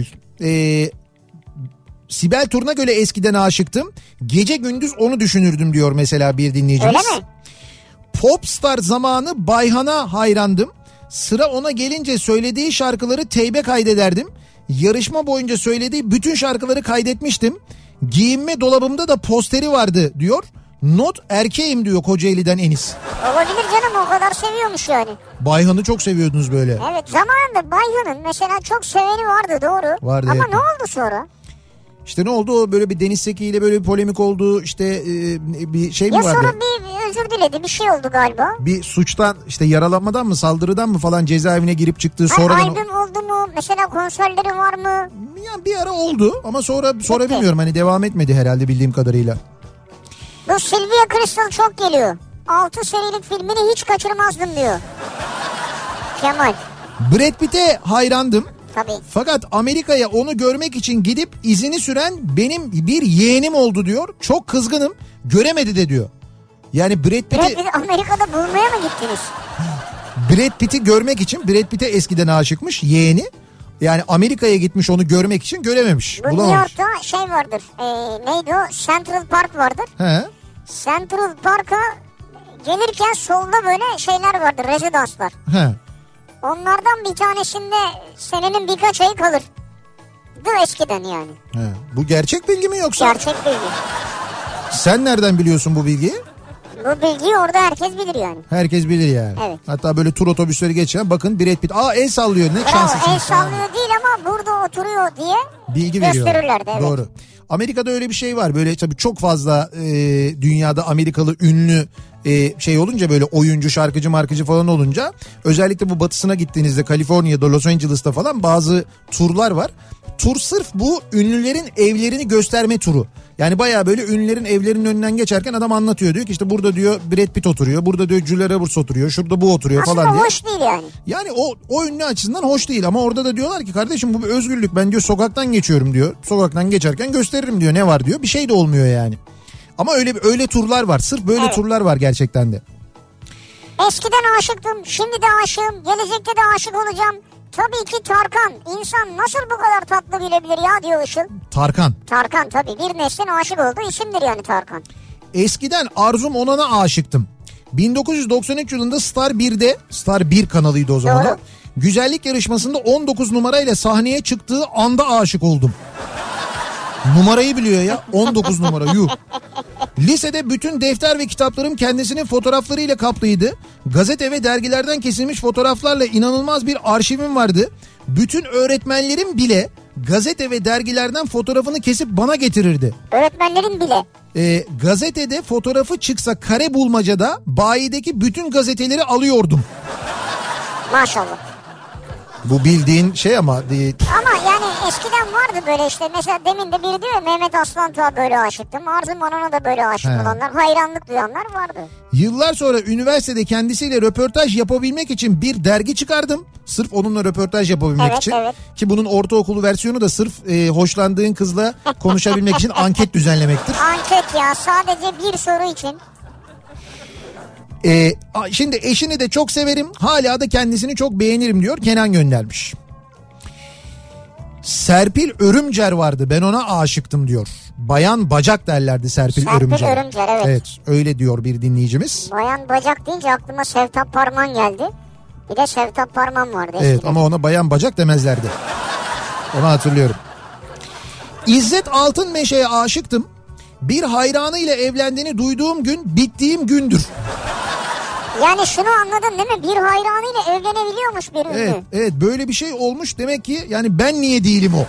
Sibel Turnagöl'e eskiden aşıktım. Gece gündüz onu düşünürdüm diyor mesela bir dinleyicimiz. Öyle mi? Popstar zamanı Bayhan'a hayrandım. Sıra ona gelince söylediği şarkıları teybe kaydederdim. Yarışma boyunca söylediği bütün şarkıları kaydetmiştim. Giyinme dolabımda da posteri vardı diyor. Not erkeğim diyor Kocaeli'den Enis. Olabilir canım, o kadar seviyormuş yani. Bayhan'ı çok seviyordunuz böyle. Evet, zamanında Bayhan'ın mesela çok seveni vardı, doğru. Vardı, ama evet. Ne oldu sonra? İşte ne oldu, o böyle bir Deniz Seki ile böyle bir polemik oldu, işte bir şey mi vardı? Ya sonra bir özür diledi, bir şey oldu galiba. Bir suçtan, işte yaralanmadan mı saldırıdan mı falan cezaevine girip çıktı. Sonradan albüm oldu mu? Mesela konserleri var mı? Yani bir ara oldu ama sonra bilmiyorum, hani devam etmedi herhalde bildiğim kadarıyla. Bu Sylvia Crystal çok geliyor. 6 serilik filmini hiç kaçırmazdım diyor Kemal. Brad Pitt'e hayrandım. Tabii. Fakat Amerika'ya onu görmek için gidip izini süren benim bir yeğenim oldu diyor. Çok kızgınım. Göremedi de diyor. Yani Brad Pitt'i Amerika'da bulmaya mı gittiniz? Brad Pitt'i görmek için, Brad Pitt'e eskiden aşıkmış yeğeni. Yani Amerika'ya gitmiş, onu görmek için görememiş. Bu bulamamış. New York'ta şey vardır. Neydi o? Central Park vardır. He. Central Park'a gelirken solda böyle şeyler vardır. Rezidanslar. He. Onlardan bir tanesinde senenin birkaç ayı kalır. Eskiden yani. He. Bu gerçek bilgi mi yoksa? Gerçek bilgi. Sen nereden biliyorsun bu bilgiyi? Bu bilgiyi orada herkes bilir yani. Herkes bilir yani. Evet. Hatta böyle tur otobüsleri geçen, bakın Brad Pitt el sallıyor, ne Bravo, şanslısın. el sallıyor değil ama burada oturuyor diye bilgi veriyor. Gösterirlerdi. Evet. Doğru. Amerika'da öyle bir şey var, böyle tabii çok fazla dünyada Amerikalı ünlü şey olunca, böyle oyuncu, şarkıcı, markıcı falan olunca, özellikle bu batısına gittiğinizde Kaliforniya'da, Los Angeles'ta falan bazı turlar var. Tur sırf bu ünlülerin evlerini gösterme turu. Yani bayağı böyle ünlülerin evlerinin önünden geçerken adam anlatıyor, diyor ki işte burada diyor Brad Pitt oturuyor, burada diyor Julia Roberts oturuyor, şurada bu oturuyor aslında falan diye. Aslında hoş değil yani. Yani o ünlü açısından hoş değil ama orada da diyorlar ki kardeşim bu bir özgürlük, ben diyor sokaktan geçiyorum diyor. Sokaktan geçerken gösteririm diyor, ne var diyor, bir şey de olmuyor yani. Ama öyle turlar var, sırf böyle turlar var gerçekten de. Eskiden aşıktım, şimdi de aşığım, gelecekte de aşık olacağım. Tabii ki Tarkan. İnsan nasıl bu kadar tatlı bilebilir ya diyor Işıl. Tarkan. Tarkan tabii, bir neslin aşık olduğu isimdir yani Tarkan. Eskiden Arzum Onan'a aşıktım. 1993 yılında Star 1'de, Star 1 kanalıydı o zaman. Doğru. Güzellik yarışmasında 19 numarayla sahneye çıktığı anda aşık oldum. Numarayı biliyor ya, 19 numara, yuh. Lisede bütün defter ve kitaplarım kendisinin fotoğraflarıyla kaplıydı. Gazete ve dergilerden kesilmiş fotoğraflarla inanılmaz bir arşivim vardı. Bütün öğretmenlerim bile gazete ve dergilerden fotoğrafını kesip bana getirirdi. Öğretmenlerin bile. Gazetede fotoğrafı çıksa kare bulmacada bayideki bütün gazeteleri alıyordum. Maşallah. Bu bildiğin şey ama değil. Ama yani eskiden vardı böyle işte, mesela demin de biri diyor ya, Mehmet Aslantuğ'a böyle aşıktım. Arzum Onan'a da böyle aşık olanlar, hayranlık duyanlar vardı. Yıllar sonra üniversitede kendisiyle röportaj yapabilmek için bir dergi çıkardım. Sırf onunla röportaj yapabilmek için. Evet. Ki bunun ortaokulu versiyonu da sırf hoşlandığın kızla konuşabilmek için anket düzenlemektir. Anket ya, sadece bir soru için. Şimdi eşini de çok severim, hala da kendisini çok beğenirim diyor, Kenan göndermiş. Serpil Örümcer vardı, ben ona aşıktım diyor. Bayan bacak derlerdi Serpil Örümcer. Serpil Örümcer, evet. Evet, öyle diyor bir dinleyicimiz. Bayan bacak deyince aklıma Sevtap Parman geldi. Bir de Sevtap Parman vardı eskiden. Evet ama ona bayan bacak demezlerdi. Onu hatırlıyorum. İzzet Altınmeşe'ye aşıktım. Bir hayranıyla evlendiğini duyduğum gün bittiğim gündür. Yani şunu anladın değil mi? Bir hayranıyla evlenebiliyormuş bir ünlü. Evet, evet böyle bir şey olmuş demek ki yani ben niye değilim o?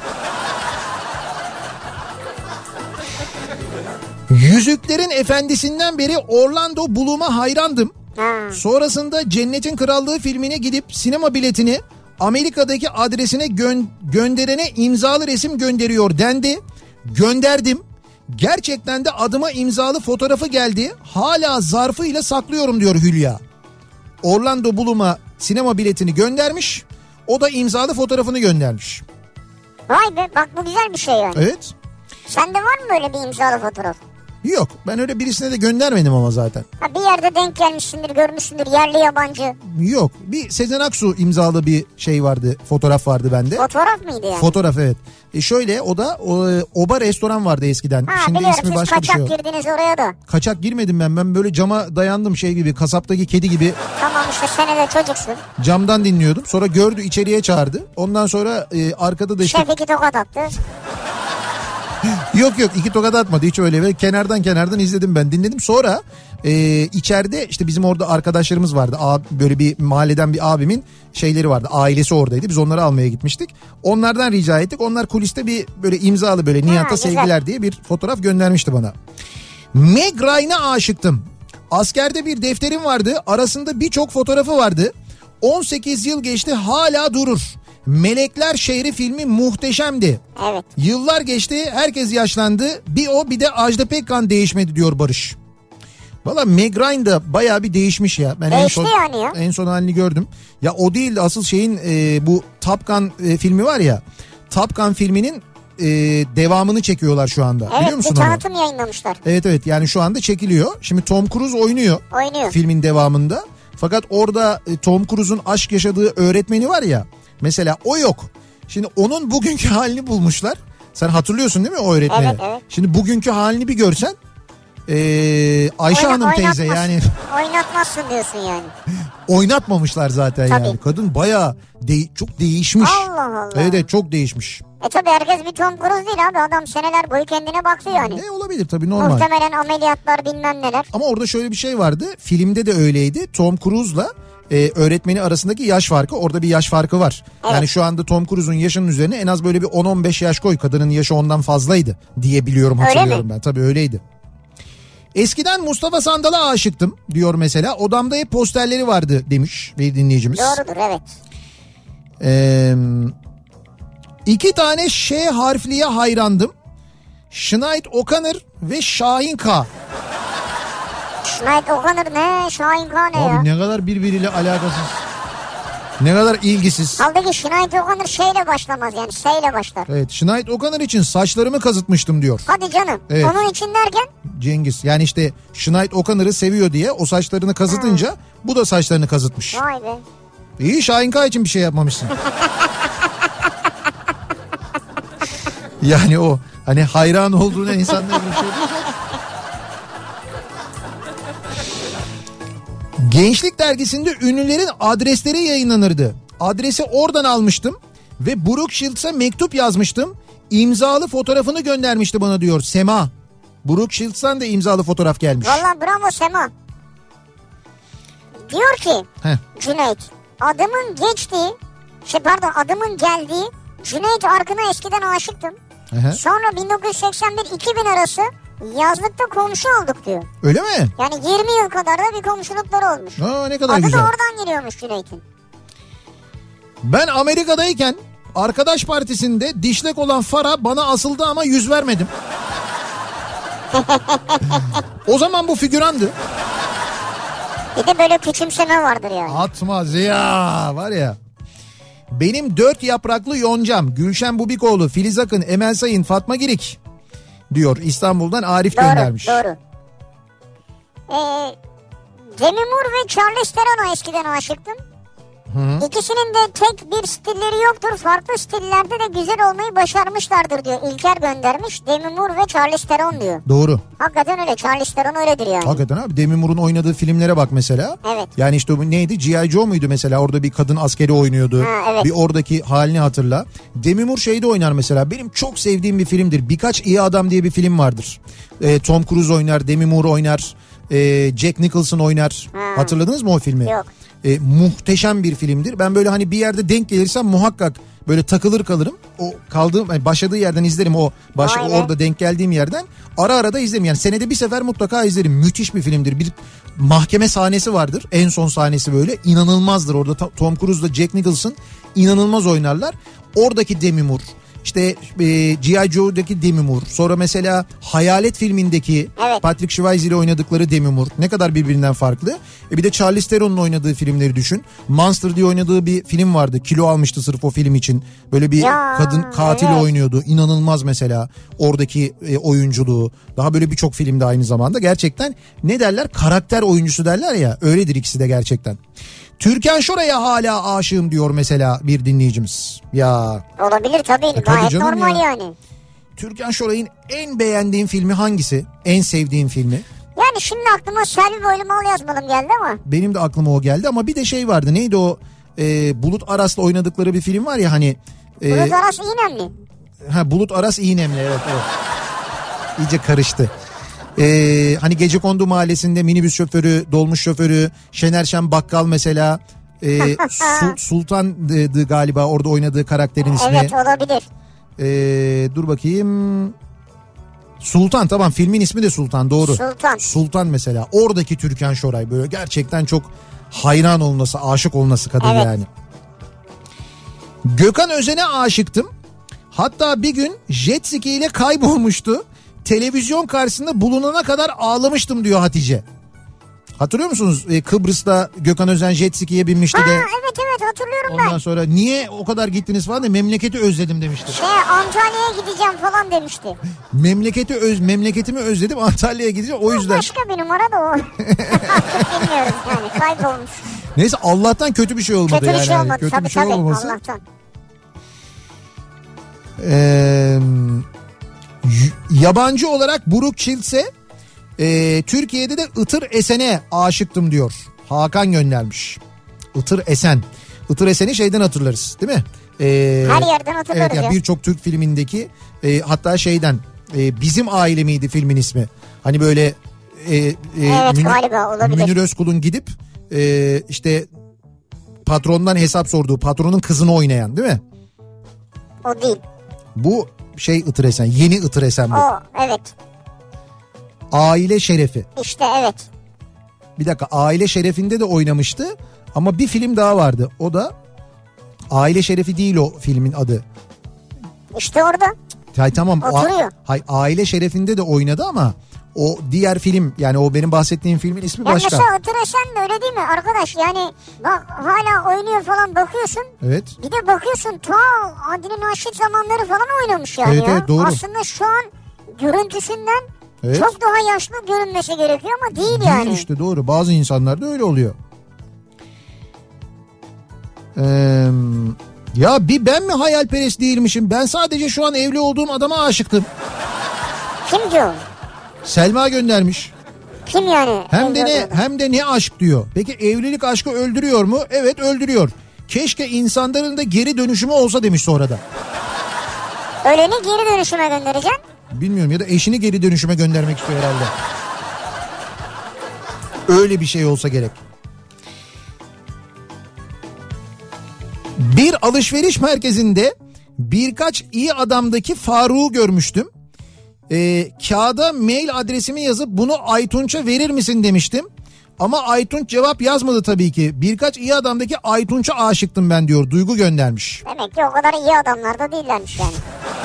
Yüzüklerin Efendisi'nden beri Orlando Bloom'a hayrandım. Sonrasında Cennetin Krallığı filmine gidip sinema biletini Amerika'daki adresine gönderene imzalı resim gönderiyor dendi. Gönderdim. Gerçekten de adıma imzalı fotoğrafı geldi. Hala zarfıyla saklıyorum diyor Hülya. Orlando Bloom'a sinema biletini göndermiş. O da imzalı fotoğrafını göndermiş. Vay be, bak bu güzel bir şey yani. Evet. Sende var mı böyle bir imzalı fotoğraf? Yok, ben öyle birisine de göndermedim ama zaten. Ha, bir yerde denk gelmişsindir, görmüşsündür, yerli yabancı. Yok, bir Sezen Aksu imzalı bir şey vardı, fotoğraf vardı bende. Fotoğraf mıydı yani? Fotoğraf, evet. Şöyle o da Oba restoran vardı eskiden. Ha, şimdi biliyorum, ismi siz başka bir şey. kaçak girdiniz oraya da. Kaçak girmedim ben böyle cama dayandım şey gibi, kasaptaki kedi gibi. Tamam işte, sen de çocuksun. Camdan dinliyordum, sonra gördü, içeriye çağırdı. Ondan sonra arkada da işte. Şef 2 tokat attı. Yok 2 tokat atmadı hiç öyle, ve kenardan izledim, ben dinledim. Sonra içeride işte bizim orada arkadaşlarımız vardı, böyle bir mahalleden bir abimin şeyleri vardı, ailesi oradaydı, biz onları almaya gitmiştik. Onlardan rica ettik, onlar kuliste bir böyle imzalı böyle Nihat'a sevgiler diye bir fotoğraf göndermişti bana. Meg Ryan'a aşıktım. Askerde bir defterim vardı, arasında birçok fotoğrafı vardı. 18 yıl geçti, hala durur. Melekler Şehri filmi muhteşemdi. Evet. Yıllar geçti, herkes yaşlandı. Bir o bir de Ajda Pekkan değişmedi diyor Barış. Valla Meg Ryan da bayağı bir değişmiş ya. Ben değişti yani ya. En son halini gördüm. Ya o değil de asıl şeyin bu Top Gun filmi var ya. Top Gun filminin devamını çekiyorlar şu anda. Evet, biliyor musun bir onu? tanıtım yayınlamışlar. Evet yani şu anda çekiliyor. Şimdi Tom Cruise oynuyor. Filmin devamında. Fakat orada Tom Cruise'un aşk yaşadığı öğretmeni var ya. Mesela o yok. Şimdi onun bugünkü halini bulmuşlar. Sen hatırlıyorsun değil mi o öğretmeni? Evet. Şimdi bugünkü halini bir görsen Ayşe Hanım teyze yani. Oynatmazsın diyorsun yani. Oynatmamışlar zaten. Tabii. Yani. Kadın bayağı çok değişmiş. Allah Allah. Evet çok değişmiş. Tabii herkes bir Tom Cruise değil abi, adam seneler boyu kendine baktı yani. Ne olabilir tabii, normal. Muhtemelen ameliyatlar bilmem neler. Ama orada şöyle bir şey vardı, filmde de öyleydi. Tom Cruise'la öğretmeni arasındaki yaş farkı, orada bir yaş farkı var. Evet. Yani şu anda Tom Cruise'un yaşının üzerine en az böyle bir 10-15 yaş koy, kadının yaşı ondan fazlaydı diye biliyorum, hatırlıyorum ben. Tabii öyleydi. Eskiden Mustafa Sandal'a aşıktım diyor mesela. Odamda hep posterleri vardı demiş bir dinleyicimiz. Doğrudur, evet. 2 tane Ş harfliye hayrandım. Sinead O'Connor ve Şahin K. Sinead O'Connor ne? Şahin K ne ya? Abi ne kadar birbiriyle alakasız. Ne kadar ilgisiz. Halbuki Sinead O'Connor şeyle başlamaz yani, S ile başlar. Evet, Sinead O'Connor için saçlarımı kazıtmıştım diyor. Hadi canım. Evet. Onun için derken? Cengiz yani işte Sinead O'Connor'ı seviyor diye o saçlarını kazıtınca bu da saçlarını kazıtmış. Vay be. İyi, Şahin K için bir şey yapmamışsın. Yani o hani hayran olduğuna insanlar bir şey diyor. Gençlik dergisinde ünlülerin adresleri yayınlanırdı. Adresi oradan almıştım ve Brooke Shields'a mektup yazmıştım. İmzalı fotoğrafını göndermişti bana diyor Sema. Brooke Shields'tan da imzalı fotoğraf gelmiş. Vallahi bravo Sema. Diyor ki Cüneyt, adımın geldiği Cüneyt Arkın'a eskiden aşıktım. Sonra 1981-2000 arası yazlıkta komşu olduk diyor. Öyle mi? Yani 20 yıl kadar da bir komşulukları olmuş. Ne kadar adı güzel. Adı da oradan geliyormuş Cüneyt'in. Ben Amerika'dayken arkadaş partisinde dişlek olan Farah bana asıldı ama yüz vermedim. O zaman bu figürandı. Bir de böyle küçümseme vardır yani. Atmaz ya, var ya. Benim 4 yapraklı yoncam Gülşen Bubikoğlu, Filiz Akın, Emel Sayın, Fatma Girik diyor. İstanbul'dan Arif göndermiş. Doğru. Demi Moore ve Charlize Theron'a eskiden aşıktım. İkisinin de tek bir stilleri yoktur. Farklı stillerde de güzel olmayı başarmışlardır diyor. İlker göndermiş. Demi Moore ve Charlize Theron diyor. Doğru. Hakikaten öyle. Charlize Theron öyledir yani. Hakikaten abi. Demi Moore'un oynadığı filmlere bak mesela. Evet. Yani işte bu neydi? G.I. Joe muydu mesela? Orada bir kadın askeri oynuyordu. Evet. Bir oradaki halini hatırla. Demi Moore şeyde oynar mesela. Benim çok sevdiğim bir filmdir. Birkaç iyi Adam diye bir film vardır. Tom Cruise oynar. Demi Moore oynar. Jack Nicholson oynar. Hatırladınız mı o filmi? Yok. Muhteşem bir filmdir. Ben böyle hani bir yerde denk gelirsem muhakkak böyle takılır kalırım. O kaldığım yani başladığı yerden izlerim, o orada denk geldiğim yerden ara da izlerim. Yani senede bir sefer mutlaka izlerim. Müthiş bir filmdir. Bir mahkeme sahnesi vardır. En son sahnesi böyle inanılmazdır. Orada Tom Cruise'la Jack Nicholson inanılmaz oynarlar. Oradaki Demi Moore, İşte G.I. Joe'daki Demi Moore. Sonra mesela Hayalet filmindeki Patrick Swayze ile oynadıkları Demi Moore. Ne kadar birbirinden farklı. Bir de Charlize Theron'un oynadığı filmleri düşün. Monster diye oynadığı bir film vardı. Kilo almıştı sırf o film için. Böyle bir kadın katil oynuyordu. İnanılmaz mesela oradaki oyunculuğu. Daha böyle birçok filmde aynı zamanda. Gerçekten ne derler? Karakter oyuncusu derler ya. Öyledir ikisi de gerçekten. Türkan Şoray'a hala aşığım diyor mesela bir dinleyicimiz. Ya. Olabilir tabii. Gayet normal yani. Türkan Şoray'ın en beğendiğin filmi hangisi? En sevdiğin filmi? Yani şimdi aklıma Selvi Boylu Mal Yazmalım geldi ama. Benim de aklıma o geldi ama bir de şey vardı. Neydi o? Bulut Aras'la oynadıkları bir film var ya hani. Bulut Aras İğnemli. Bulut Aras İğnemli, evet. İyice karıştı. Hani Gecekondu Mahallesi'nde minibüs şoförü, dolmuş şoförü, Şener Şen bakkal mesela. Sultan'dı galiba orada oynadığı karakterin ismi. Evet, olabilir. Dur bakayım. Sultan, tamam, filmin ismi de Sultan, doğru. Sultan mesela. Oradaki Türkan Şoray böyle gerçekten çok hayran olması, aşık olması kadın yani. Gökhan Özen'e aşıktım. Hatta bir gün jet ski ile kaybolmuştu. Televizyon karşısında bulunana kadar ağlamıştım diyor Hatice. Hatırlıyor musunuz? Kıbrıs'ta Gökhan Özen jet ski'ye binmişti de. Evet hatırlıyorum ben. Ondan sonra niye o kadar gittiniz falan de memleketi özledim demişti. Antalya'ya gideceğim falan demişti. Memleketimi özledim, Antalya'ya gideceğim, o yüzden. Başka bir numara da o. Artık bilmiyoruz yani, kaybolmuş. Neyse, Allah'tan kötü bir şey olmadı. Kötü bir şey olmadı kötü tabii bir şey olmaması. Allah'tan. Yabancı olarak Brooke Shields'e Türkiye'de de Itır Esen'e aşıktım diyor. Hakan göndermiş. Itır Esen. Itır Esen'i şeyden hatırlarız değil mi? Her yerden hatırlarız. Evet, yani birçok Türk filmindeki hatta şeyden Bizim Aile miydi filmin ismi? Hani böyle galiba olabilir. Münir Özkul'un gidip işte patrondan hesap sorduğu, patronun kızını oynayan değil mi? O değil. Bu şey Itır Esen, yeni Itır Esen bu. O, evet. Aile Şerefi. İşte evet. Bir dakika, Aile Şerefi'nde de oynamıştı ama bir film daha vardı. O da Aile Şerefi değil o filmin adı. İşte orada. Tamam. Oturuyor. Aile Şerefi'nde de oynadı ama o diğer film, yani o benim bahsettiğim filmin ismi başka. Ya mesela Itır Esen de öyle değil mi arkadaş? Yani bak hala oynuyor falan, bakıyorsun. Evet. Bir de bakıyorsun ta Adile Naşit zamanları falan oynamış yani. Evet, evet, doğru. Aslında şu an görüntüsünden çok daha yaşlı görünmesi gerekiyor ama değil yani. Değil işte, doğru. Bazı insanlarda öyle oluyor. Ya bir ben mi hayalperest değilmişim? Ben sadece şu an evli olduğum adama aşıktım. Kim diyor? Selma göndermiş. Kim yani? Hem de ne aşk diyor. Peki evlilik aşkı öldürüyor mu? Evet, öldürüyor. Keşke insanların da geri dönüşümü olsa demiş sonra da. Öleni geri dönüşüme göndereceksin. Bilmiyorum, ya da eşini geri dönüşüme göndermek istiyor herhalde. Öyle bir şey olsa gerek. Bir alışveriş merkezinde birkaç iyi adamdaki Faruk'u görmüştüm. Kağıda mail adresimi yazıp bunu Aytunç'a verir misin demiştim. Ama Aytunç cevap yazmadı tabii ki. Birkaç iyi adamdaki Aytunç'a aşıktım ben diyor. Duygu göndermiş. Demek ki o kadar iyi adamlar da değillermiş yani.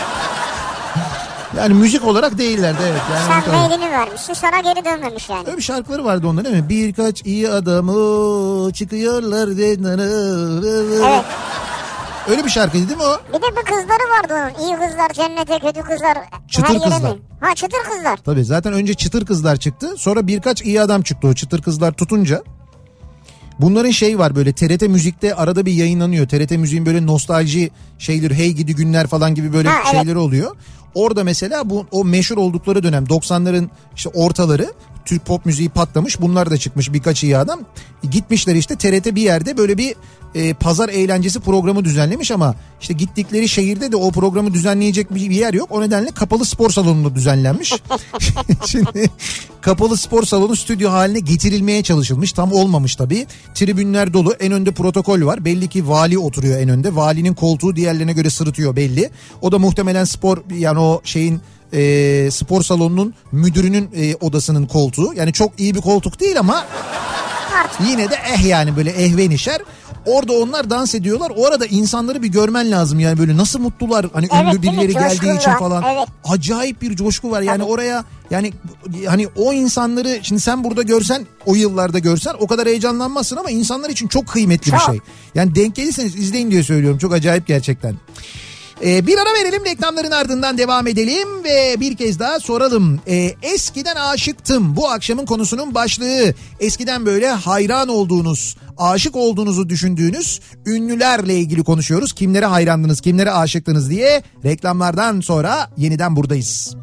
Yani müzik olarak değillerdi, evet. Yani sen mailini vermişsin, sana geri dönmemiş yani. Öyle bir şarkıları vardı onların, değil mi? Birkaç iyi adamı çıkıyorlar. Evet. Öyle bir şarkıydı değil mi o? Bir de bir kızları vardı onun. İyi kızlar cennete, kötü kızlar çıtır her yere kızlar. mi? Ha, çıtır kızlar. Tabii zaten önce çıtır kızlar çıktı. Sonra birkaç iyi adam çıktı o çıtır kızlar tutunca. Bunların şey var, böyle TRT Müzik'te arada bir yayınlanıyor. TRT Müzik'in böyle nostalji şeyleri, Hey Gidi Günler falan gibi böyle şeyleri oluyor. Orada mesela o meşhur oldukları dönem 90'ların işte ortaları Türk pop müziği patlamış. Bunlar da çıkmış birkaç iyi adam. Gitmişler işte TRT bir yerde böyle bir pazar eğlencesi programı düzenlemiş ama işte gittikleri şehirde de o programı düzenleyecek bir yer yok. O nedenle kapalı spor salonunda düzenlenmiş. Şimdi kapalı spor salonu stüdyo haline getirilmeye çalışılmış. Tam olmamış tabii. Tribünler dolu. En önde protokol var. Belli ki vali oturuyor en önde. Valinin koltuğu diğerlerine göre sırıtıyor belli. O da muhtemelen spor, yani o şeyin spor salonunun müdürünün odasının koltuğu. Yani çok iyi bir koltuk değil ama yine de yani böyle ehvenişer. Orada onlar dans ediyorlar. O arada insanları bir görmen lazım yani, böyle nasıl mutlular. Hani evet, ünlü birileri geldiği için falan. Evet. Acayip bir coşku var. Yani oraya, yani hani o insanları şimdi sen burada görsen, o yıllarda görsen o kadar heyecanlanmazsın ama insanlar için çok kıymetli bir şey. Yani denk gelirseniz izleyin diye söylüyorum. Çok acayip gerçekten. Bir ara verelim, reklamların ardından devam edelim ve bir kez daha soralım. Eskiden aşıktım, bu akşamın konusunun başlığı. Eskiden böyle hayran olduğunuz, aşık olduğunuzu düşündüğünüz ünlülerle ilgili konuşuyoruz. Kimlere hayrandınız, kimlere aşıktınız diye. Reklamlardan sonra yeniden buradayız.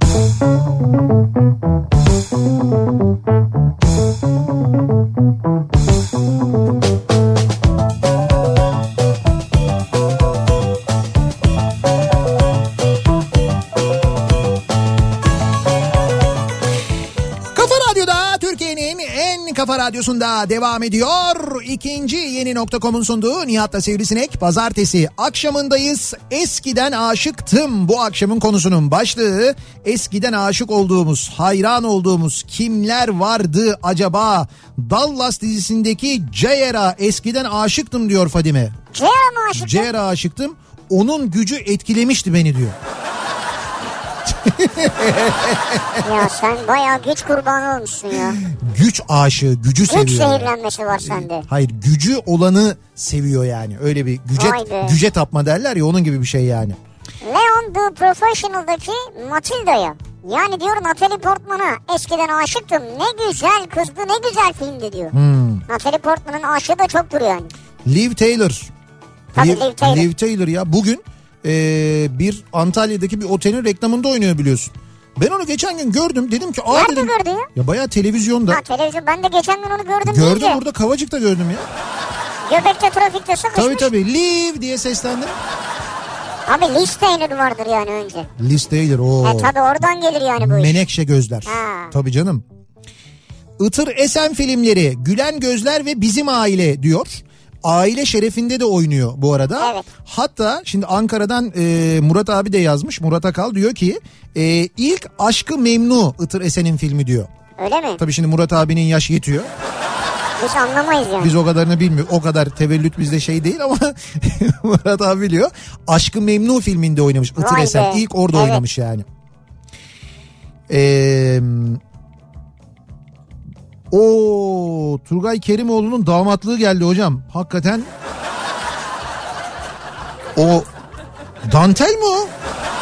Kafa Radyosu'nda devam ediyor. İkinci yeni nokta.com'un sunduğu Nihat'la Sivrisinek. Pazartesi akşamındayız. Eskiden aşıktım. Bu akşamın konusunun başlığı. Eskiden aşık olduğumuz, hayran olduğumuz kimler vardı acaba? Dallas dizisindeki J.R.'a eskiden aşıktım diyor Fadime. J.R.'a mı aşıktın? J.R.'a aşıktım. Onun gücü etkilemişti beni diyor. Ya sen bayağı güç kurbanı olmuşsun ya. Güç aşığı, gücü seviyor. Güç zehirlenmesi var sende. Hayır, gücü olanı seviyor yani. Öyle bir güce tapma derler ya, onun gibi bir şey yani. Leon The Professional'daki Matilda'ya, yani diyor Natalie Portman'a eskiden aşıktım. Ne güzel kızdı, ne güzel filmdi diyor. Natalie Portman'ın aşığı da çoktur yani. Liv Taylor. Tabii Liv Taylor. Liv Taylor ya bugün bir Antalya'daki bir otelin reklamında oynuyor biliyorsun. Ben onu geçen gün gördüm, dedim ki nerede dedim, gördün ya? Ya bayağı televizyonda. Ha, televizyon, ben de geçen gün onu gördüm. Gördüm deyince. Burada Kavacık'ta gördüm ya. Göbekte trafikte sıkışmış. Tabii Liv diye seslendim. Abi Liz Taylor vardır yani önce. Liz Taylor o. Tabii oradan gelir yani bu iş. Menekşe gözler. Ha. Tabii canım. Itır Esen filmleri, Gülen Gözler ve Bizim Aile diyor. Aile şerefinde de oynuyor bu arada. Evet. Hatta şimdi Ankara'dan Murat abi de yazmış. Murat Akal diyor ki ilk Aşkı Memnu Itır Esen'in filmi diyor. Öyle mi? Tabii şimdi Murat abinin yaş yetiyor. Biz anlamayız yani. Biz o kadarını bilmiyoruz. O kadar tevellüt bizde şey değil ama Murat abi biliyor. Aşkı Memnu filminde oynamış Itır Esen. İlk orada oynamış yani. O Turgay Kerimoğlu'nun damatlığı geldi hocam. Hakikaten. O dantel mi o?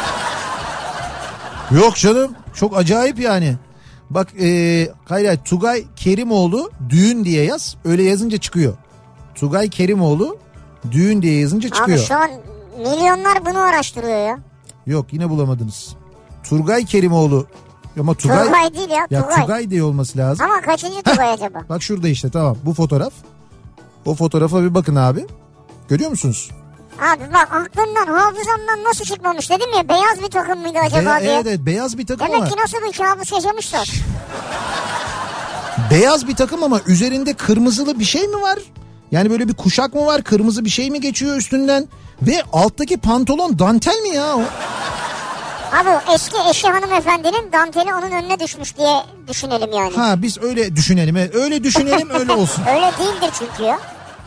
Yok canım. Çok acayip yani. Bak hayır, Tugay Kerimoğlu düğün diye yaz. Öyle yazınca çıkıyor. Tugay Kerimoğlu düğün diye yazınca çıkıyor. Abi şu an milyonlar bunu araştırıyor ya. Yok, yine bulamadınız. Turgay Kerimoğlu. Ama Tugay değil ya. Tugay diye olması lazım. Ama kaçıncı Tugay acaba? Bak şurada işte, tamam, bu fotoğraf. O fotoğrafa bir bakın abi. Görüyor musunuz? Abi bak, aklımdan, hafızamdan nasıl çıkmamış dedim ya, beyaz bir takım mıydı acaba diye. Evet, beyaz bir takım. Demek ama ki nasıl bir kabus yaşamışlar. Beyaz bir takım ama üzerinde kırmızılı bir şey mi var? Yani böyle bir kuşak mı var? Kırmızı bir şey mi geçiyor üstünden? Ve alttaki pantolon dantel mi ya o? Abi o eski eşi hanımefendinin danteli onun önüne düşmüş diye düşünelim yani. Ha, biz öyle düşünelim. Öyle düşünelim, öyle olsun. Öyle değildir çünkü ya.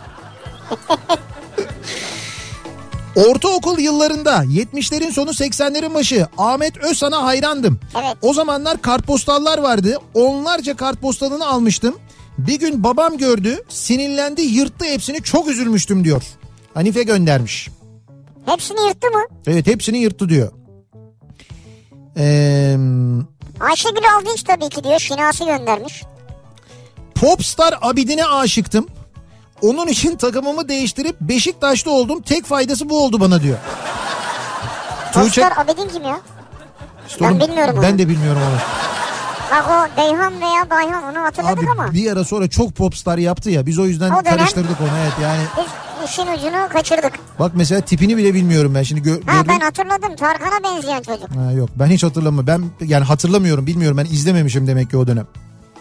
Ortaokul yıllarında 70'lerin sonu 80'lerin başı Ahmet Özhan'a hayrandım. Evet. O zamanlar kartpostallar vardı. Onlarca kartpostalını almıştım. Bir gün babam gördü, sinirlendi, yırttı hepsini, çok üzülmüştüm diyor. Hanife göndermiş. Hepsini yırttı mı? Evet, hepsini yırttı diyor. Ayşegül Aldınç tabii ki diyor, Şinasi göndermiş. Popstar Abidin'e aşıktım. Onun için takımımı değiştirip Beşiktaşlı oldum. Tek faydası bu oldu bana diyor. Popstar Abidin kim ya? İşte ben bilmiyorum onu. Ben de bilmiyorum onu. Bak o Beyhan veya Bayhan, onu hatırladık Abi, ama. bir ara sonra çok popstar yaptı ya, biz o yüzden O dönem, karıştırdık onu, evet yani. Biz işin ucunu kaçırdık. Bak mesela tipini bile bilmiyorum ben şimdi gördüm. Ben hatırladım, Tarkan'a benzeyen çocuk. Ha, yok ben hiç hatırlamıyorum. Ben yani hatırlamıyorum, bilmiyorum, ben izlememişim demek ki o dönem.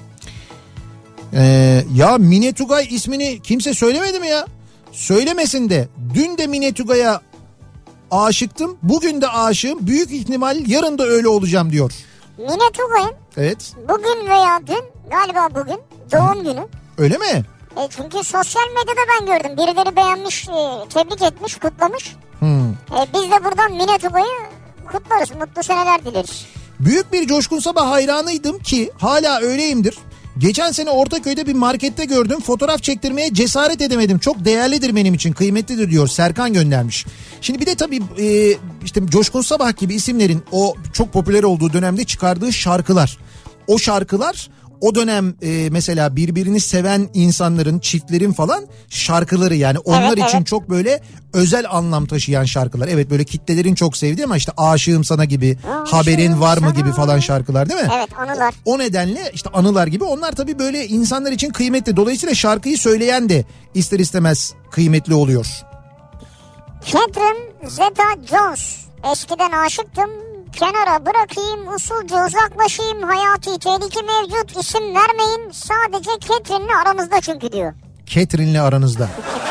Ya Mine Tugay ismini kimse söylemedi mi ya? Söylemesin de. Dün de Mine Tugay'a aşıktım. Bugün de aşığım. Büyük ihtimal yarın da öyle olacağım diyor. Mine Tugay'ın Evet. bugün veya dün, galiba bugün doğum günü. Öyle mi? Çünkü sosyal medyada ben gördüm. Birileri beğenmiş, tebrik etmiş, kutlamış. Biz de buradan Mine Tugay'ı kutlarız. Mutlu seneler dileriz. Büyük bir Coşkun Sabah hayranıydım ki hala öyleyimdir. Geçen sene Ortaköy'de bir markette gördüm. Fotoğraf çektirmeye cesaret edemedim. Çok değerlidir benim için, kıymetlidir diyor. Serkan göndermiş. Şimdi bir de tabii işte Coşkun Sabah gibi isimlerin o çok popüler olduğu dönemde çıkardığı şarkılar. O şarkılar o dönem mesela birbirini seven insanların, çiftlerin falan şarkıları, yani onlar evet, için evet. çok böyle özel anlam taşıyan şarkılar. Evet, böyle kitlelerin çok sevdiği ama işte Aşığım Sana gibi, Haberin Var mı gibi falan şarkılar değil mi? Evet, anılar. O nedenle işte anılar gibi onlar tabii böyle insanlar için kıymetli. Dolayısıyla şarkıyı söyleyen de ister istemez kıymetli oluyor. Catherine Zeta-Jones. Eskiden aşıktım. Kenara bırakayım, usulca uzaklaşayım, hayati tehlike mevcut, isim vermeyin, sadece Catherine'le aramızda çünkü diyor. Catherine'le aranızda.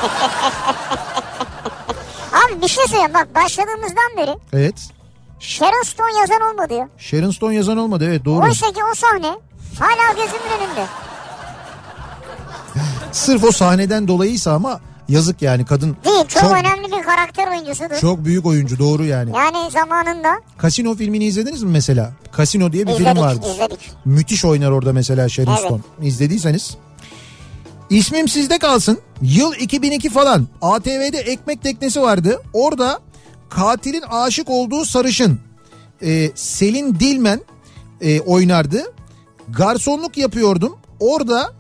Abi bir şey söyleyeyim, bak başladığımızdan beri. Evet. Sharon Stone yazan olmadı ya. Sharon Stone yazan olmadı, evet, doğru. Oysa ki o sahne hala gözümün önünde. Sırf o sahneden dolayıysa ama yazık yani, kadın. Değil, çok önemli bir karakter oyuncusudur. Çok büyük oyuncu, doğru yani. Yani zamanında. Casino filmini izlediniz mi mesela? Casino diye bir film vardı. İzledik. Müthiş oynar orada mesela Sharon Stone. İzlediyseniz. İsmim sizde kalsın. Yıl 2002 falan. ATV'de Ekmek Teknesi vardı. Orada katilin aşık olduğu sarışın Selin Dilmen oynardı. Garsonluk yapıyordum. Orada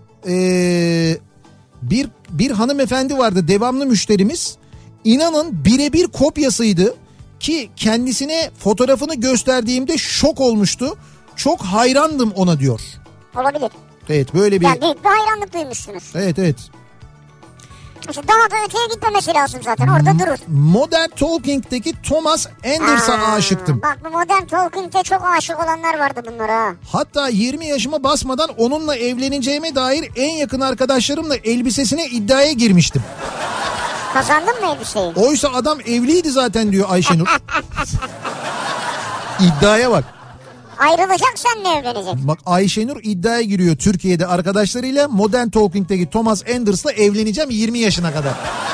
bir hanımefendi vardı, devamlı müşterimiz. İnanın birebir kopyasıydı ki kendisine fotoğrafını gösterdiğimde şok olmuştu. Çok hayrandım ona diyor. Olabilir. Evet, böyle bir... Yani büyük bir hayranlık duymuşsunuz. Evet, evet. İşte daha da öteye gitmemesi lazım zaten, orada durur. Modern Talking'deki Thomas Anders'a aşıktım. Bak, bu Modern Talking'de çok aşık olanlar vardı bunlara. Hatta 20 yaşıma basmadan onunla evleneceğime dair en yakın arkadaşlarımla elbisesine iddiaya girmiştim. Kazandın mı elbiseyi? Oysa adam evliydi zaten diyor Ayşenur. İddiaya bak. Ayrılacak, seninle evlenecek. Bak, Ayşenur iddiaya giriyor Türkiye'de arkadaşlarıyla, Modern Talking'deki Thomas Anders'la evleneceğim 20 yaşına kadar.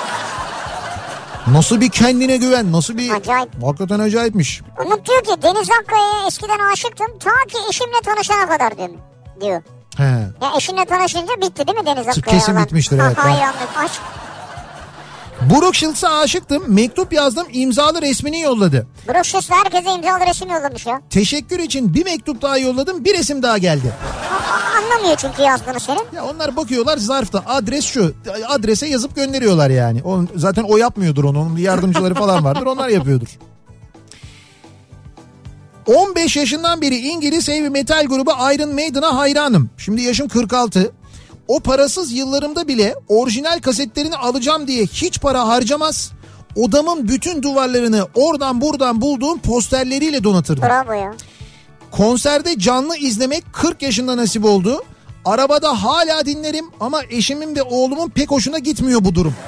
Nasıl bir kendine güven, nasıl bir... Acayip. Hakikaten acayipmiş. Umut diyor ki Deniz Akkaya'ya eskiden aşıktım ta ki eşimle tanışana kadar diyor. He. Ya eşinle tanışınca bitti değil mi Deniz Akkaya? Kesin bitmiştir, evet. Hayranlık, aşk. Brooke Shields'a aşıktım. Mektup yazdım, imzalı resmini yolladı. Brooke Shields herkese imzalı resim yollamış ya. Teşekkür için bir mektup daha yolladım, bir resim daha geldi. Anlamıyor çünkü yazdığını senin. Ya onlar bakıyorlar zarfta, adres şu, adrese yazıp gönderiyorlar yani. Zaten o yapmıyordur onu, onun yardımcıları falan vardır, onlar yapıyordur. 15 yaşından beri İngiliz heavy metal grubu Iron Maiden'a hayranım. Şimdi yaşım 46. O parasız yıllarımda bile orijinal kasetlerini alacağım diye hiç para harcamaz. Odamın bütün duvarlarını oradan buradan bulduğum posterleriyle donatırdım. Bravo ya. Konserde canlı izlemek 40 yaşında nasip oldu. Arabada hala dinlerim ama eşimin ve oğlumun pek hoşuna gitmiyor bu durum.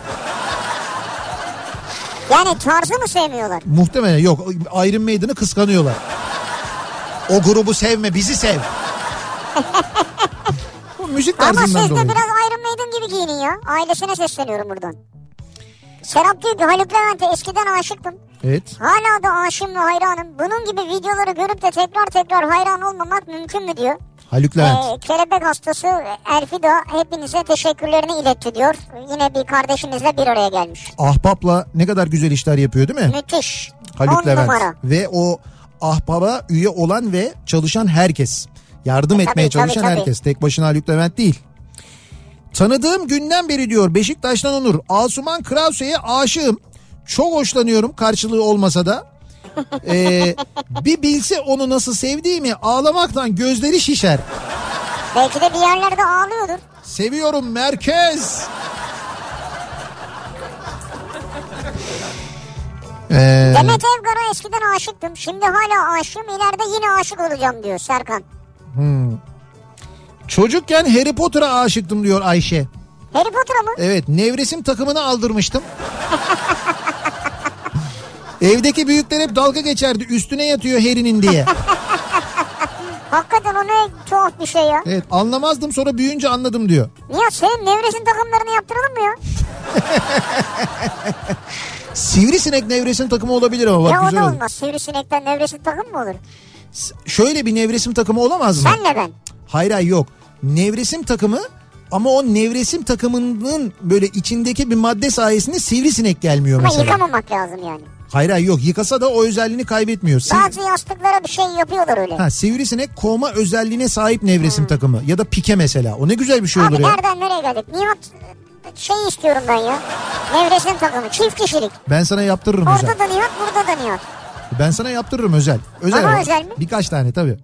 Yani tarzı mı sevmiyorlar? Muhtemelen yok. Iron Maiden'ı kıskanıyorlar. O grubu sevme, bizi sev. Bu müzik tarzından dolayı. Ama siz de dolayı. biraz Iron Maiden gibi giyinin ya. Ailesine sesleniyorum buradan. Serap diyor ki Haluk Levent'e eskiden aşıktım. Evet. Hala da aşığım ve hayranım. Bunun gibi videoları görüp de tekrar hayran olmamak mümkün mü diyor. Haluk Levent. Kelebek hastası Elfida hepinize teşekkürlerini iletti diyor. Yine bir kardeşimizle bir araya gelmiş. Ahbap'la ne kadar güzel işler yapıyor değil mi? Müthiş. Haluk Levent. Numara. Ve o Ahbap'a üye olan ve çalışan herkes. Yardım etmeye çalışan herkes. Tek başına Haluk Levent değil. Tanıdığım günden beri diyor Beşiktaş'tan Onur. Asuman Krause'ye aşığım. Çok hoşlanıyorum karşılığı olmasa da. Bir bilse onu nasıl sevdiğimi ağlamaktan gözleri şişer. Belki de bir yerlerde ağlıyordur. Seviyorum merkez. Demet Evgar'a eskiden aşıktım. Şimdi hala aşığım. İleride yine aşık olacağım diyor Serkan. Çocukken Harry Potter'a aşıktım diyor Ayşe. Harry Potter'a mı? Evet, nevresim takımını aldırmıştım. Evdeki büyükler hep dalga geçerdi. Üstüne yatıyor Harry'nin diye. Hakikaten o ne tuhaf bir şey ya. Evet, anlamazdım, sonra büyüyünce anladım diyor. Nihat, senin nevresim takımlarını yaptıralım mı ya? Sivrisinek nevresim takımı olabilir ama bak ya güzel o da olur. olmaz. Sivrisinekten nevresim takım mı olur? Şöyle bir nevresim takımı olamaz mı? Senle ben. Hayır yok. Nevresim takımı ama o nevresim takımının böyle içindeki bir madde sayesinde sivrisinek gelmiyor ama mesela. Ama yıkamamak lazım yani. Hayır yok, yıkasa da o özelliğini kaybetmiyor. Bazı yastıklara bir şey yapıyorlar öyle. Sivrisinek kovma özelliğine sahip nevresim takımı ya da pike mesela. O ne güzel bir şey olur ya. Abi nereden nereye geldik? Nihat istiyorum ben ya. Nevresim takımı, çift kişilik. Ben sana yaptırırım Orada özel. Orada da Nihat, burada da Nihat. Ben sana yaptırırım özel. Ama özel mi? Birkaç tane tabii.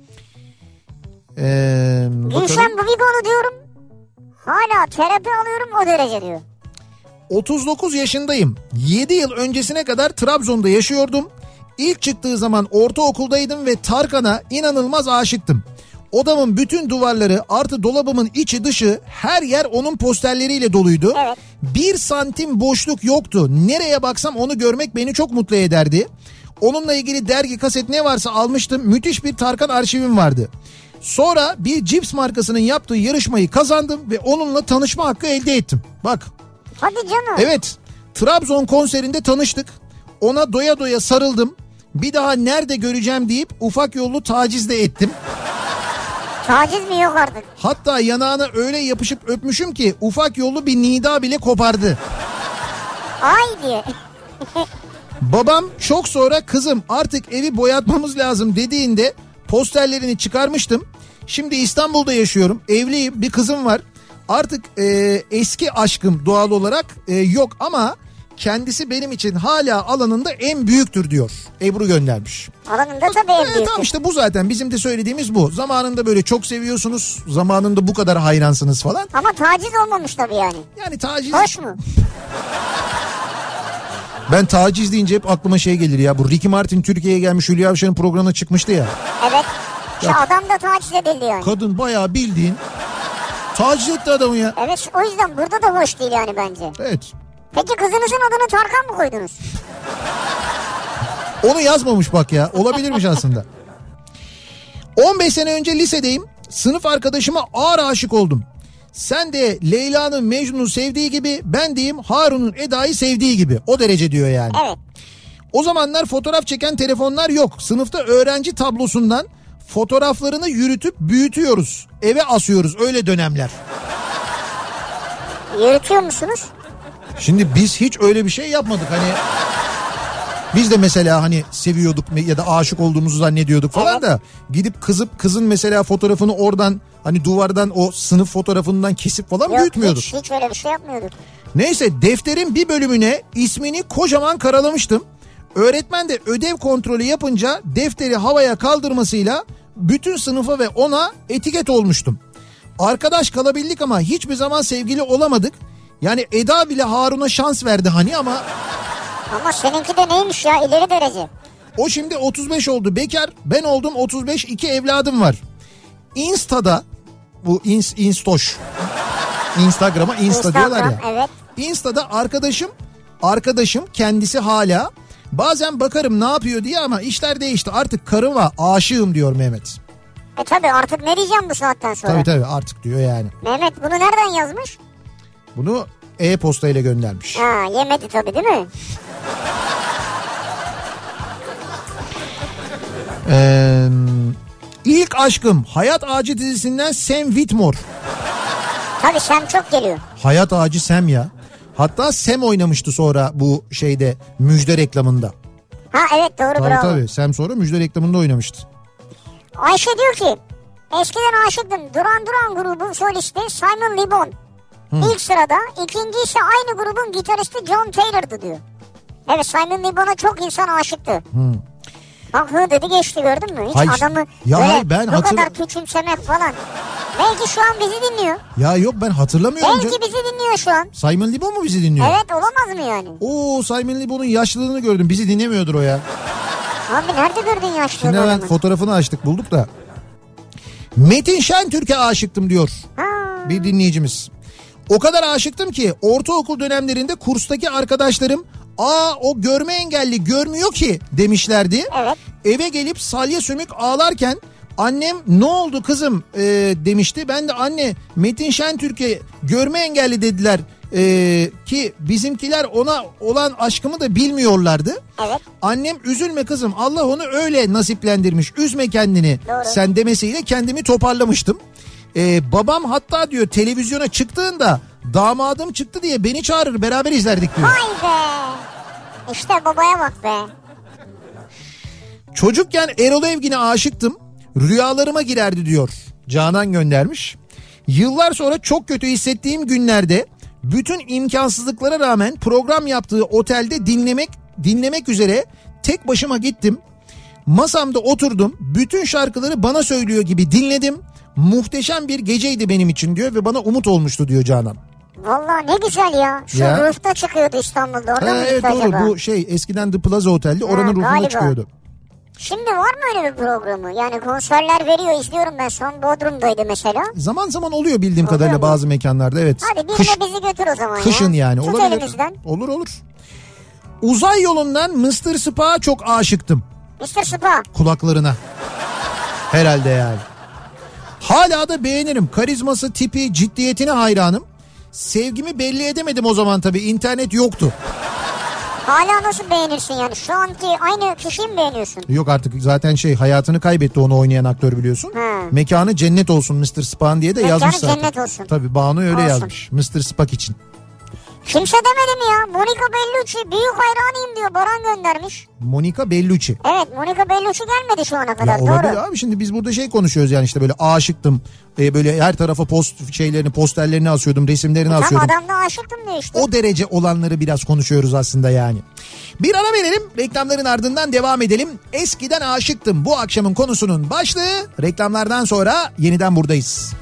Gülşen Bubikoğlu diyorum. Hala terapi alıyorum o derece diyor. 39 yaşındayım. 7 yıl öncesine kadar Trabzon'da yaşıyordum. İlk çıktığı zaman ortaokuldaydım ve Tarkan'a inanılmaz aşıktım. Odamın bütün duvarları artı dolabımın içi dışı her yer onun posterleriyle doluydu. Evet. 1 santim boşluk yoktu. Nereye baksam onu görmek beni çok mutlu ederdi. Onunla ilgili dergi, kaset ne varsa almıştım. Müthiş bir Tarkan arşivim vardı. Sonra bir cips markasının yaptığı yarışmayı kazandım ve onunla tanışma hakkı elde ettim. Bak. Hadi canım. Evet. Trabzon konserinde tanıştık. Ona doya doya sarıldım. Bir daha nerede göreceğim deyip ufak yollu taciz de ettim. Taciz mi yok artık? Hatta yanağına öyle yapışıp öpmüşüm ki ufak yollu bir nida bile kopardı. Ay diye. Babam çok sonra kızım artık evi boyatmamız lazım dediğinde posterlerini çıkarmıştım. Şimdi İstanbul'da yaşıyorum. Evliyim, bir kızım var. Artık eski aşkım doğal olarak yok ama kendisi benim için hala alanında en büyüktür diyor. Ebru göndermiş. Alanında tabii en büyüktür. Tamam işte bu zaten bizim de söylediğimiz bu. Zamanında böyle çok seviyorsunuz. Zamanında bu kadar hayransınız falan. Ama taciz olmamış tabii yani. Yani taciz... Hoş mu? Ben taciz deyince hep aklıma şey gelir ya. Bu Ricky Martin Türkiye'ye gelmiş, Hülya Avşar'ın programına çıkmıştı ya. Evet. İşte adam da taciz edildi yani. Kadın bayağı bildiğin taciz etti adamı ya. Evet, o yüzden burada da hoş değil yani bence. Evet. Peki kızınızın adını Tarkan mı koydunuz? Onu yazmamış bak ya. Olabilirmiş aslında. 15 sene önce lisedeyim. Sınıf arkadaşıma ağır aşık oldum. Sen de Leyla'nın Mecnun'u sevdiği gibi ben diyeyim Harun'un Eda'yı sevdiği gibi. O derece diyor yani. Evet. O zamanlar fotoğraf çeken telefonlar yok. Sınıfta öğrenci tablosundan fotoğraflarını yürütüp büyütüyoruz. Eve asıyoruz, öyle dönemler. Yürütüyor musunuz? Şimdi biz hiç öyle bir şey yapmadık. Hani biz de mesela hani seviyorduk ya da aşık olduğumuzu zannediyorduk falan evet. Da gidip kızın mesela fotoğrafını oradan hani duvardan o sınıf fotoğrafından kesip falan büyütmüyorduk. Hiç öyle bir şey yapmıyorduk. Neyse defterin bir bölümüne ismini kocaman karalamıştım. Öğretmen de ödev kontrolü yapınca defteri havaya kaldırmasıyla bütün sınıfa ve ona etiket olmuştum. Arkadaş kalabildik ama hiçbir zaman sevgili olamadık. Yani Eda bile Harun'a şans verdi hani ama... Ama seninki de neymiş ya, ileri derece. O şimdi 35 oldu bekar, ben oldum 35, 2 evladım var. Insta'da bu Instoş. Instagram'a Insta diyorlar ya. Evet. Insta'da arkadaşım kendisi hala bazen bakarım ne yapıyor diye ama işler değişti. Artık karıma aşığım diyor Mehmet. Tabii artık ne diyeceğim bu saatten sonra? Tabii artık diyor yani. Mehmet bunu nereden yazmış? Bunu e-posta ile göndermiş. Ha, yemedi tabii değil mi? İlk aşkım Hayat Ağacı dizisinden Sam Whitmore. Tabii Sam çok geliyor. Hayat Ağacı Sam ya. Hatta Sam oynamıştı sonra bu şeyde müjde reklamında. Ha evet doğru, bravo. Tabii Sam sonra müjde reklamında oynamıştı. Ayşe diyor ki eskiden aşıktım. Duran Duran grubun solisti Simon Le Bon. İlk sırada, ikinci ise aynı grubun gitaristi John Taylor'dı diyor. Evet, Simon Le Bon'a çok insan aşıktı. Bak hı dedi geçti, gördün mü? Hiç Hayır. adamı Ya böyle hayır, ben bu kadar küçümsemek falan. Belki şu an bizi dinliyor. Ya yok, ben hatırlamıyorum. Belki bizi dinliyor şu an. Simon Le Bon mu bizi dinliyor? Evet, olamaz mı yani? Oo, Simon Le Bon'un yaşlılığını gördüm. Bizi dinlemiyordur o ya. Abi nerede gördün yaşlı Şimdi hemen adamı? fotoğrafını açtık, bulduk da. Metin Şentürk'e aşıktım diyor bir dinleyicimiz. O kadar aşıktım ki ortaokul dönemlerinde kurstaki arkadaşlarım o görme engelli görmüyor ki demişlerdi. Evet. Eve gelip salya sümük ağlarken annem ne oldu kızım demişti. Ben de anne Metin Şentürk'e görme engelli dediler ki bizimkiler ona olan aşkımı da bilmiyorlardı. Evet. Annem üzülme kızım, Allah onu öyle nasiplendirmiş, üzme kendini. Doğru. Sen demesiyle kendimi toparlamıştım. Babam hatta diyor televizyona çıktığında damadım çıktı diye beni çağırır, beraber izlerdik diyor. Vay be. İşte babaya bak be. Çocukken Erol Evgin'e aşıktım. Rüyalarıma girerdi diyor. Canan göndermiş. Yıllar sonra çok kötü hissettiğim günlerde bütün imkansızlıklara rağmen program yaptığı otelde dinlemek üzere tek başıma gittim. Masamda oturdum. Bütün şarkıları bana söylüyor gibi dinledim. Muhteşem bir geceydi benim için diyor ve bana umut olmuştu diyor Canan. Vallahi ne güzel ya. Şu Roof'ta çıkıyordu İstanbul'da. Orada mı evet, acaba? doğru, bu Eskiden The Plaza Otel'di, oranın Roof'unda çıkıyordu. Şimdi var mı öyle bir programı? Yani konserler veriyor, izliyorum ben, son Bodrum'daydı mesela. Zaman zaman oluyor bildiğim kadarıyla bazı mekanlarda, evet. Hadi birine bizi götür o zaman Kışın yani. Tut olabilir. elimizden. Olur. Uzay yolundan Mr. Spock'a çok aşıktım. Mr. Spock. Kulaklarına. Herhalde yani. Hala da beğenirim. Karizması, tipi, ciddiyetine hayranım. Sevgimi belli edemedim o zaman tabii. İnternet yoktu. Hala nasıl beğenirsin yani? Şu anki aynı kişiyi mi beğeniyorsun? Yok artık, zaten hayatını kaybetti onu oynayan aktör, biliyorsun. Mekanı cennet olsun Mr. Spock diye de yazmış zaten. Mekanı cennet olsun. Tabii Banu öyle yazmış Mr. Spock için. Kimse demedi mi ya? Monica Bellucci büyük hayranıyım diyor, Baran göndermiş. Monica Bellucci. Evet, Monica Bellucci gelmedi şu ana kadar, ya olabilir doğru. abi, şimdi biz burada konuşuyoruz yani, işte böyle aşıktım. Böyle her tarafa posterlerini asıyordum, resimlerini asıyordum. Tam adam da aşıktım diyor işte. O derece olanları biraz konuşuyoruz aslında yani. Bir ara verelim, reklamların ardından devam edelim. Eskiden aşıktım bu akşamın konusunun başlığı. Reklamlardan sonra yeniden buradayız.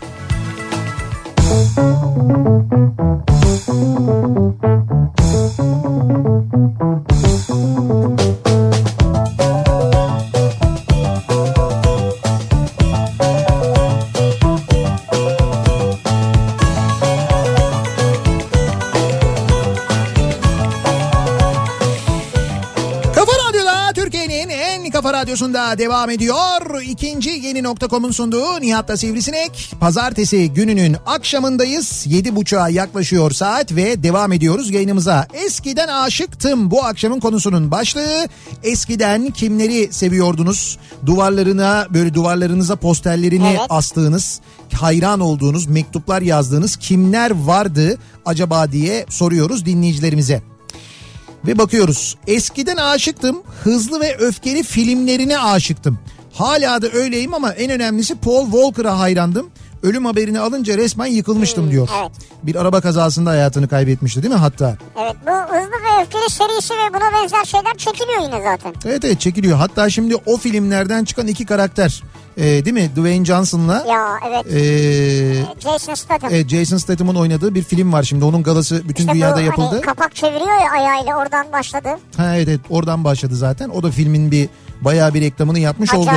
Kafa Radyosu'nda devam ediyor. İkinci Yeni.com'un sunduğu Nihat'la Sivrisinek. Pazartesi gününün akşamındayız. 7.30'a yaklaşıyor saat ve devam ediyoruz yayınımıza. Eskiden aşıktım bu akşamın konusunun başlığı. Eskiden kimleri seviyordunuz? Duvarlarınıza posterlerini astığınız, hayran olduğunuz, mektuplar yazdığınız kimler vardı acaba diye soruyoruz dinleyicilerimize. Ve bakıyoruz. Eskiden aşıktım. Hızlı ve Öfkeli filmlerine aşıktım. Hala da öyleyim ama en önemlisi Paul Walker'a hayrandım. Ölüm haberini alınca resmen yıkılmıştım diyor. Evet. Bir araba kazasında hayatını kaybetmişti değil mi hatta? Evet, bu Hızlı ve Öfkeli serisi ve buna benzer şeyler çekiliyor yine zaten. Evet çekiliyor. Hatta şimdi o filmlerden çıkan iki karakter değil mi? Dwayne Johnson'la Jason Statham. Jason Statham'ın oynadığı bir film var şimdi. Onun galası bütün dünyada yapıldı. Hani kapak çeviriyor ya ayağıyla, oradan başladı. Evet oradan başladı zaten. O da filmin bayağı bir reklamını yapmış oldu.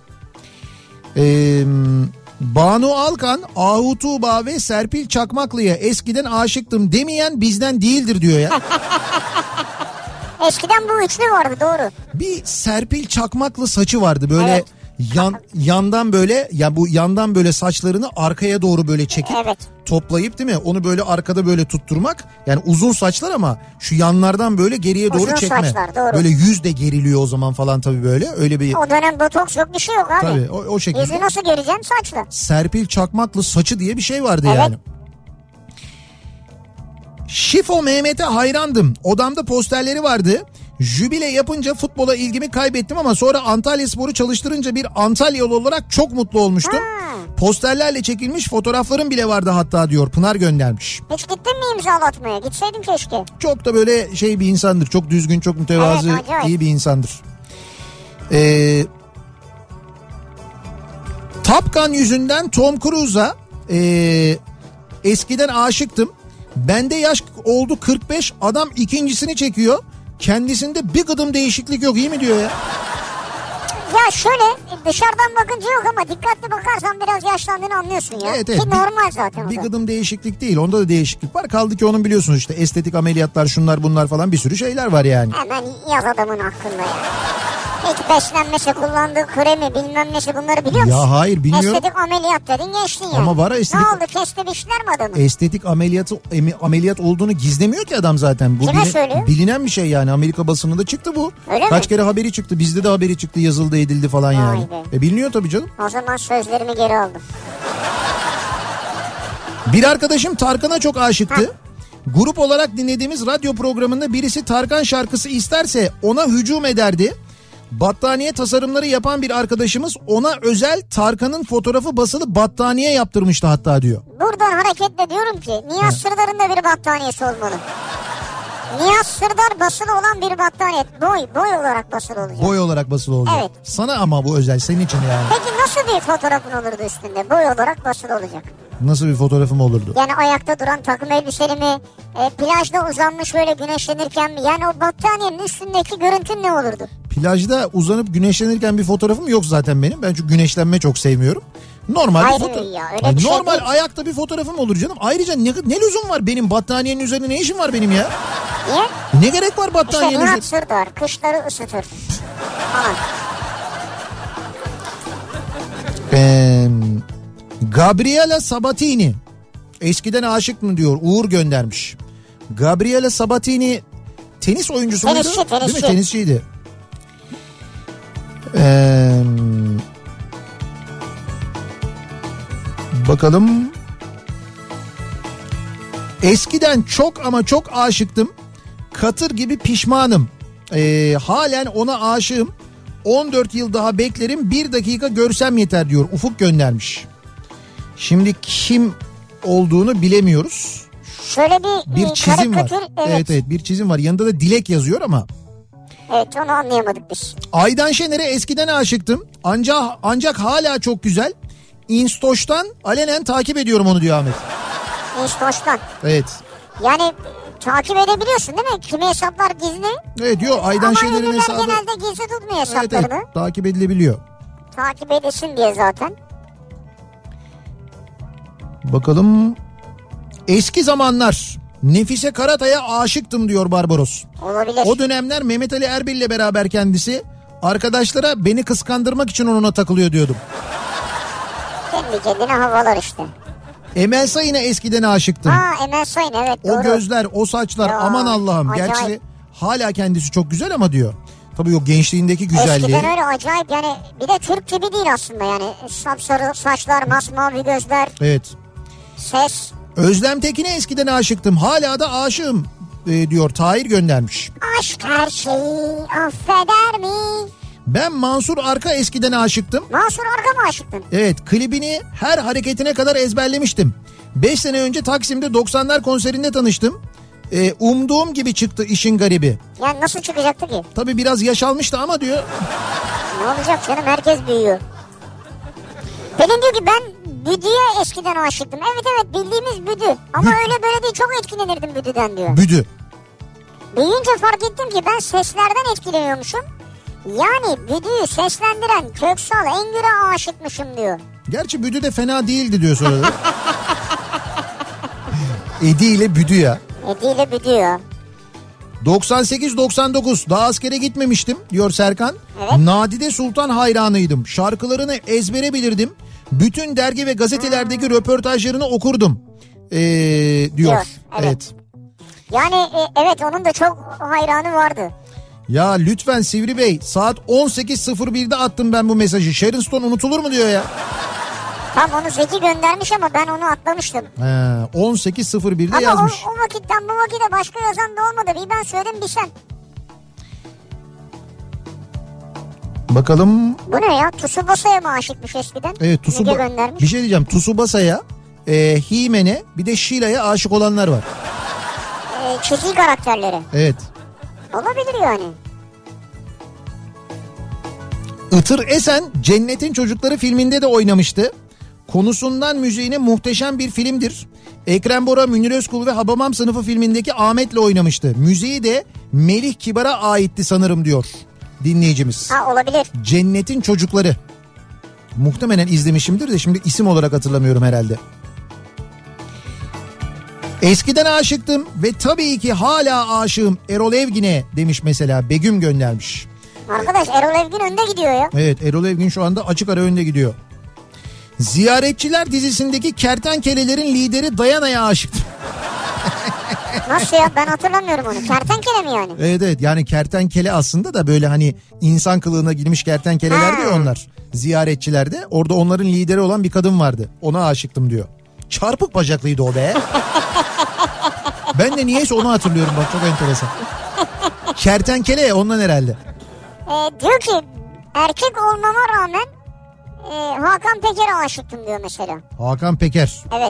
Banu Alkan, Ahu Tuğba ve Serpil Çakmaklı'ya eskiden aşıktım demeyen bizden değildir diyor ya. Eskiden bu üçlü vardı, doğru. Bir Serpil Çakmaklı saçı vardı böyle, yandan böyle, ya bu yandan böyle saçlarını arkaya doğru böyle çekip toplayıp değil mi? Onu böyle arkada böyle tutturmak. Yani uzun saçlar ama şu yanlardan böyle geriye doğru çekme. Saçlar, doğru. Böyle yüz de geriliyor o zaman falan tabii böyle. Öyle bir. O dönem botoks yok, bir şey yok abi. Tabii o şekilde. Yüzü nasıl gereceksin? Saçla. Serpil Çakmaklı saçı diye bir şey vardı yani. Şifo Mehmet'e hayrandım. Odamda posterleri vardı. Jübile yapınca futbola ilgimi kaybettim ama sonra Antalyaspor'u çalıştırınca bir Antalyalı olarak çok mutlu olmuştum. Posterlerle çekilmiş fotoğraflarım bile vardı hatta diyor. Pınar göndermiş. Hiç gittin mi imzalatmaya? Gitseydin keşke. Çok da böyle şey bir insandır. Çok düzgün, çok mütevazı, evet, iyi bir insandır. Top Gun yüzünden Tom Cruise'a eskiden aşıktım. Bende yaş oldu 45, adam ikincisini çekiyor. Kendisinde bir gıdım değişiklik yok, iyi mi diyor ya? Ya şöyle dışarıdan bakınca yok ama dikkatli bakarsan biraz yaşlandığını anlıyorsun ya. Evet, Ki normal zaten. Bir gıdım değişiklik değil, onda da değişiklik var. Kaldı ki onun biliyorsunuz işte estetik ameliyatlar, şunlar bunlar falan, bir sürü şeyler var yani. Hemen yaz adamın hakkında ya. Hiç beslenmesi, kullandığı kremi bilmem nesi, bunları biliyor musun? Ya hayır, bilmiyorum. Estetik ameliyat dedin geçtin yani. Ama var estetik... Ne oldu, kesti biçtiler mi adamı? Estetik ameliyat olduğunu gizlemiyor ki adam zaten. Bu kime söylüyor? Bilinen bir şey yani, Amerika basınında çıktı bu. Öyle Kaç mi? kere haberi çıktı, bizde de haberi çıktı, yazıldı edildi falan yani. Biliniyor tabii canım. O zaman sözlerimi geri aldım. Bir arkadaşım Tarkan'a çok aşıktı. Grup olarak dinlediğimiz radyo programında birisi Tarkan şarkısı isterse ona hücum ederdi. Battaniye tasarımları yapan bir arkadaşımız ona özel Tarkan'ın fotoğrafı basılı battaniye yaptırmıştı hatta diyor. Buradan hareketle diyorum ki Nihat Sırdar'ın da bir battaniyesi olmalı. Nihat Sırdar basılı olan bir battaniye. Boy olarak basılı olacak. Boy olarak basılı olacak. Evet. Sana ama bu özel, senin için yani. Peki nasıl bir fotoğrafın olurdu üstünde? Boy olarak basılı olacak. Nasıl bir fotoğrafım olurdu? Yani ayakta duran takım elbiseli mi? Plajda uzanmış böyle güneşlenirken mi? Yani o battaniyenin üstündeki görüntün ne olurdu? Plajda uzanıp güneşlenirken bir fotoğrafım yok zaten benim. Ben çünkü güneşlenme çok sevmiyorum. Normal Hayır bir fotoğraf. ya, öyle bir şey normal değil. ayakta bir fotoğrafım olur canım. Ayrıca ne lüzum var benim battaniyenin üzerine, ne işim var benim ya? Niye? Ne gerek var battaniyenin İşte Nihat üzerine? Sırdar kışları ısıtır falan. Gabriela Sabatini eskiden aşık mı diyor, Uğur göndermiş. Gabriela Sabatini tenis oyuncusu muydu? Tenisçi. Değil mi? Tenisçiydi. Bakalım. Eskiden çok ama çok aşıktım. Katır gibi pişmanım. Halen ona aşığım. 14 yıl daha beklerim, 1 dakika görsem yeter diyor. Ufuk göndermiş. Şimdi kim olduğunu bilemiyoruz. Şöyle bir çizim var. Evet. Evet, bir çizim var. Yanında da Dilek yazıyor ama. Evet, onu anlayamadık biz. Aydan Şener'e eskiden aşıktım. Ancak hala çok güzel. Instoş'tan alenen takip ediyorum onu diyor Ahmet. Instoş'tan. Evet. Yani takip edebiliyorsun değil mi? Kimi hesaplar gizli. Evet diyor, Aydan Şener'in ünlüler hesabı. genelde gizli tutmuyor hesaplarını. Evet, takip edilebiliyor. Takip edesin diye zaten. Bakalım. Eski zamanlar Nefise Karatay'a aşıktım diyor Barbaros. Olabilir. O dönemler Mehmet Ali Erbil'le beraber kendisi, arkadaşlara beni kıskandırmak için onunla takılıyor diyordum. Kendi kendine havalar işte. Emel Sayın'a eskiden aşıktım. Emel Sayın, evet doğru. O gözler, o saçlar, Ya, aman Allah'ım. acayip. Gerçi hala kendisi çok güzel ama diyor. Tabii o gençliğindeki güzelliği. Eskiden öyle acayip yani, bir de Türk gibi değil aslında yani. Sapsarı saçlar, masmavi gözler. Evet. Ses. Özlem Tekin'e eskiden aşıktım. Hala da aşığım diyor. Tahir göndermiş. Aşk her şeyi affeder mi? Ben Mansur Arka eskiden aşıktım. Mansur Arka mı aşıktın? Evet, klibini her hareketine kadar ezberlemiştim. 5 sene önce Taksim'de 90'lar konserinde tanıştım. Umduğum gibi çıktı işin garibi. Yani nasıl çıkacaktı ki? Tabii biraz yaş almıştı ama diyor. Ne olacak canım, herkes büyüyor. Pelin diyor ki ben Büdü'ye eskiden aşıktım. Evet bildiğimiz Büdü. Ama öyle böyle değil, çok etkilenirdim Büdü'den diyor. Büdü. Büyüyünce fark ettim ki ben seslerden etkileniyormuşum. Yani Büdü'yü seslendiren Köksal Engür'e aşıkmışım diyor. Gerçi Büdü de fena değildi diyor sonra da. Edi ile Büdü ya. Edi ile Büdü ya. 98-99 daha askere gitmemiştim diyor Serkan. Evet. Nadide Sultan hayranıydım. Şarkılarını ezbere bilirdim. Bütün dergi ve gazetelerdeki röportajlarını okurdum diyor. Evet. Yani evet, onun da çok hayranı vardı. Ya lütfen Sivri Bey, saat 18.01'de attım ben bu mesajı. Sharon Stone unutulur mu diyor ya. Tam onu Zeki göndermiş ama ben onu atlamıştım. 18.01'de ama yazmış. o vakitten bu vakite başka yazan da olmadı. Bir ben söyledim bir sen. Bakalım. Bu ne ya? Tsubasa'ya mı aşıkmış eskiden? Evet, bir şey diyeceğim. Tsubasa'ya, He-Man'e, bir de Sheila'ya aşık olanlar var. Çizgi karakterleri. Evet. Olabilir yani. Itır Esen Cennetin Çocukları filminde de oynamıştı. Konusundan müziğine muhteşem bir filmdir. Ekrem Bora, Münir Özkul ve Habamam Sınıfı filmindeki Ahmet'le oynamıştı. Müziği de Melih Kibar'a aitti sanırım diyor dinleyicimiz. Ha, olabilir. Cennetin Çocukları. Muhtemelen izlemişimdir de şimdi isim olarak hatırlamıyorum herhalde. Eskiden aşıktım ve tabii ki hala aşığım Erol Evgin'e demiş mesela, Begüm göndermiş. Arkadaş, Erol Evgin önde gidiyor ya. Evet, Erol Evgin şu anda açık ara önde gidiyor. Ziyaretçiler dizisindeki kertenkelelerin lideri Dayana'ya aşıktım. Nasıl ya, ben hatırlamıyorum onu. Kertenkele mi yani? Evet yani kertenkele aslında da böyle hani insan kılığına girmiş kertenkeleler diyor onlar. Ziyaretçilerde orada onların lideri olan bir kadın vardı. Ona aşıktım diyor. Çarpık bacaklıydı o be. Ben de niyeyse onu hatırlıyorum, bak çok enteresan. Kertenkele ondan herhalde. Diyor ki erkek olmama rağmen Hakan Peker'e aşıktım diyor mesela. Hakan Peker. Evet.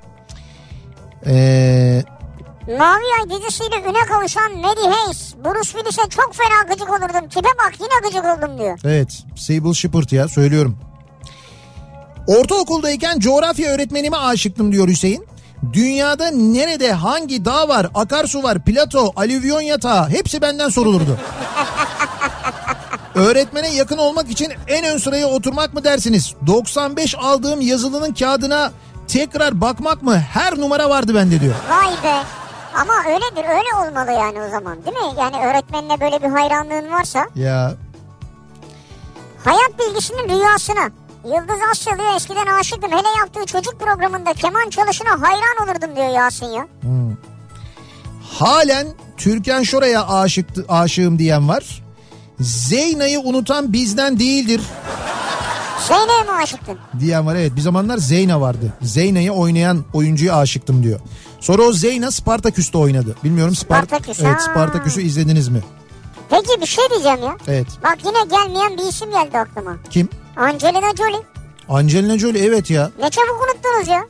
Mavi Ay dizisiyle üne kavuşan Maddie Hayes. Bruce Willis'e çok fena gıcık olurdum. Tipe bak, yine gıcık oldum diyor. Evet, Sable Shepard ya, söylüyorum. Ortaokuldayken coğrafya öğretmenime aşıktım diyor Hüseyin. Dünyada nerede hangi dağ var, akarsu var, plato, alüvyon yatağı, hepsi benden sorulurdu. Öğretmene yakın olmak için en ön sıraya oturmak mı dersiniz? 95 aldığım yazılının kağıdına tekrar bakmak mı? Her numara vardı bende diyor. Vay be. Ama öyledir, öyle olmalı yani o zaman, değil mi? Yani öğretmenine böyle bir hayranlığın varsa. Ya. Hayat bilgisinin rüyasına Yıldız Asyalı'ya eskiden aşıktım. Hele yaptığı çocuk programında keman çalışına hayran olurdum diyor Yasin ya. Halen Türkan Şoray'a aşığım diyen var. Zeyna'yı unutan bizden değildir. Zeyna'ya mı aşıktın? Diyen var, evet, bir zamanlar Zeyna vardı. Zeyna'yı oynayan oyuncuya aşıktım diyor. Sonra o Zeyna Spartaküs'te oynadı. Bilmiyorum Spartaküs. Evet, Spartaküs'ü izlediniz mi? Peki bir şey diyeceğim ya. Evet. Bak yine gelmeyen bir isim geldi aklıma. Kim? Angelina Jolie. Angelina Jolie, evet ya. Ne çabuk unuttunuz ya.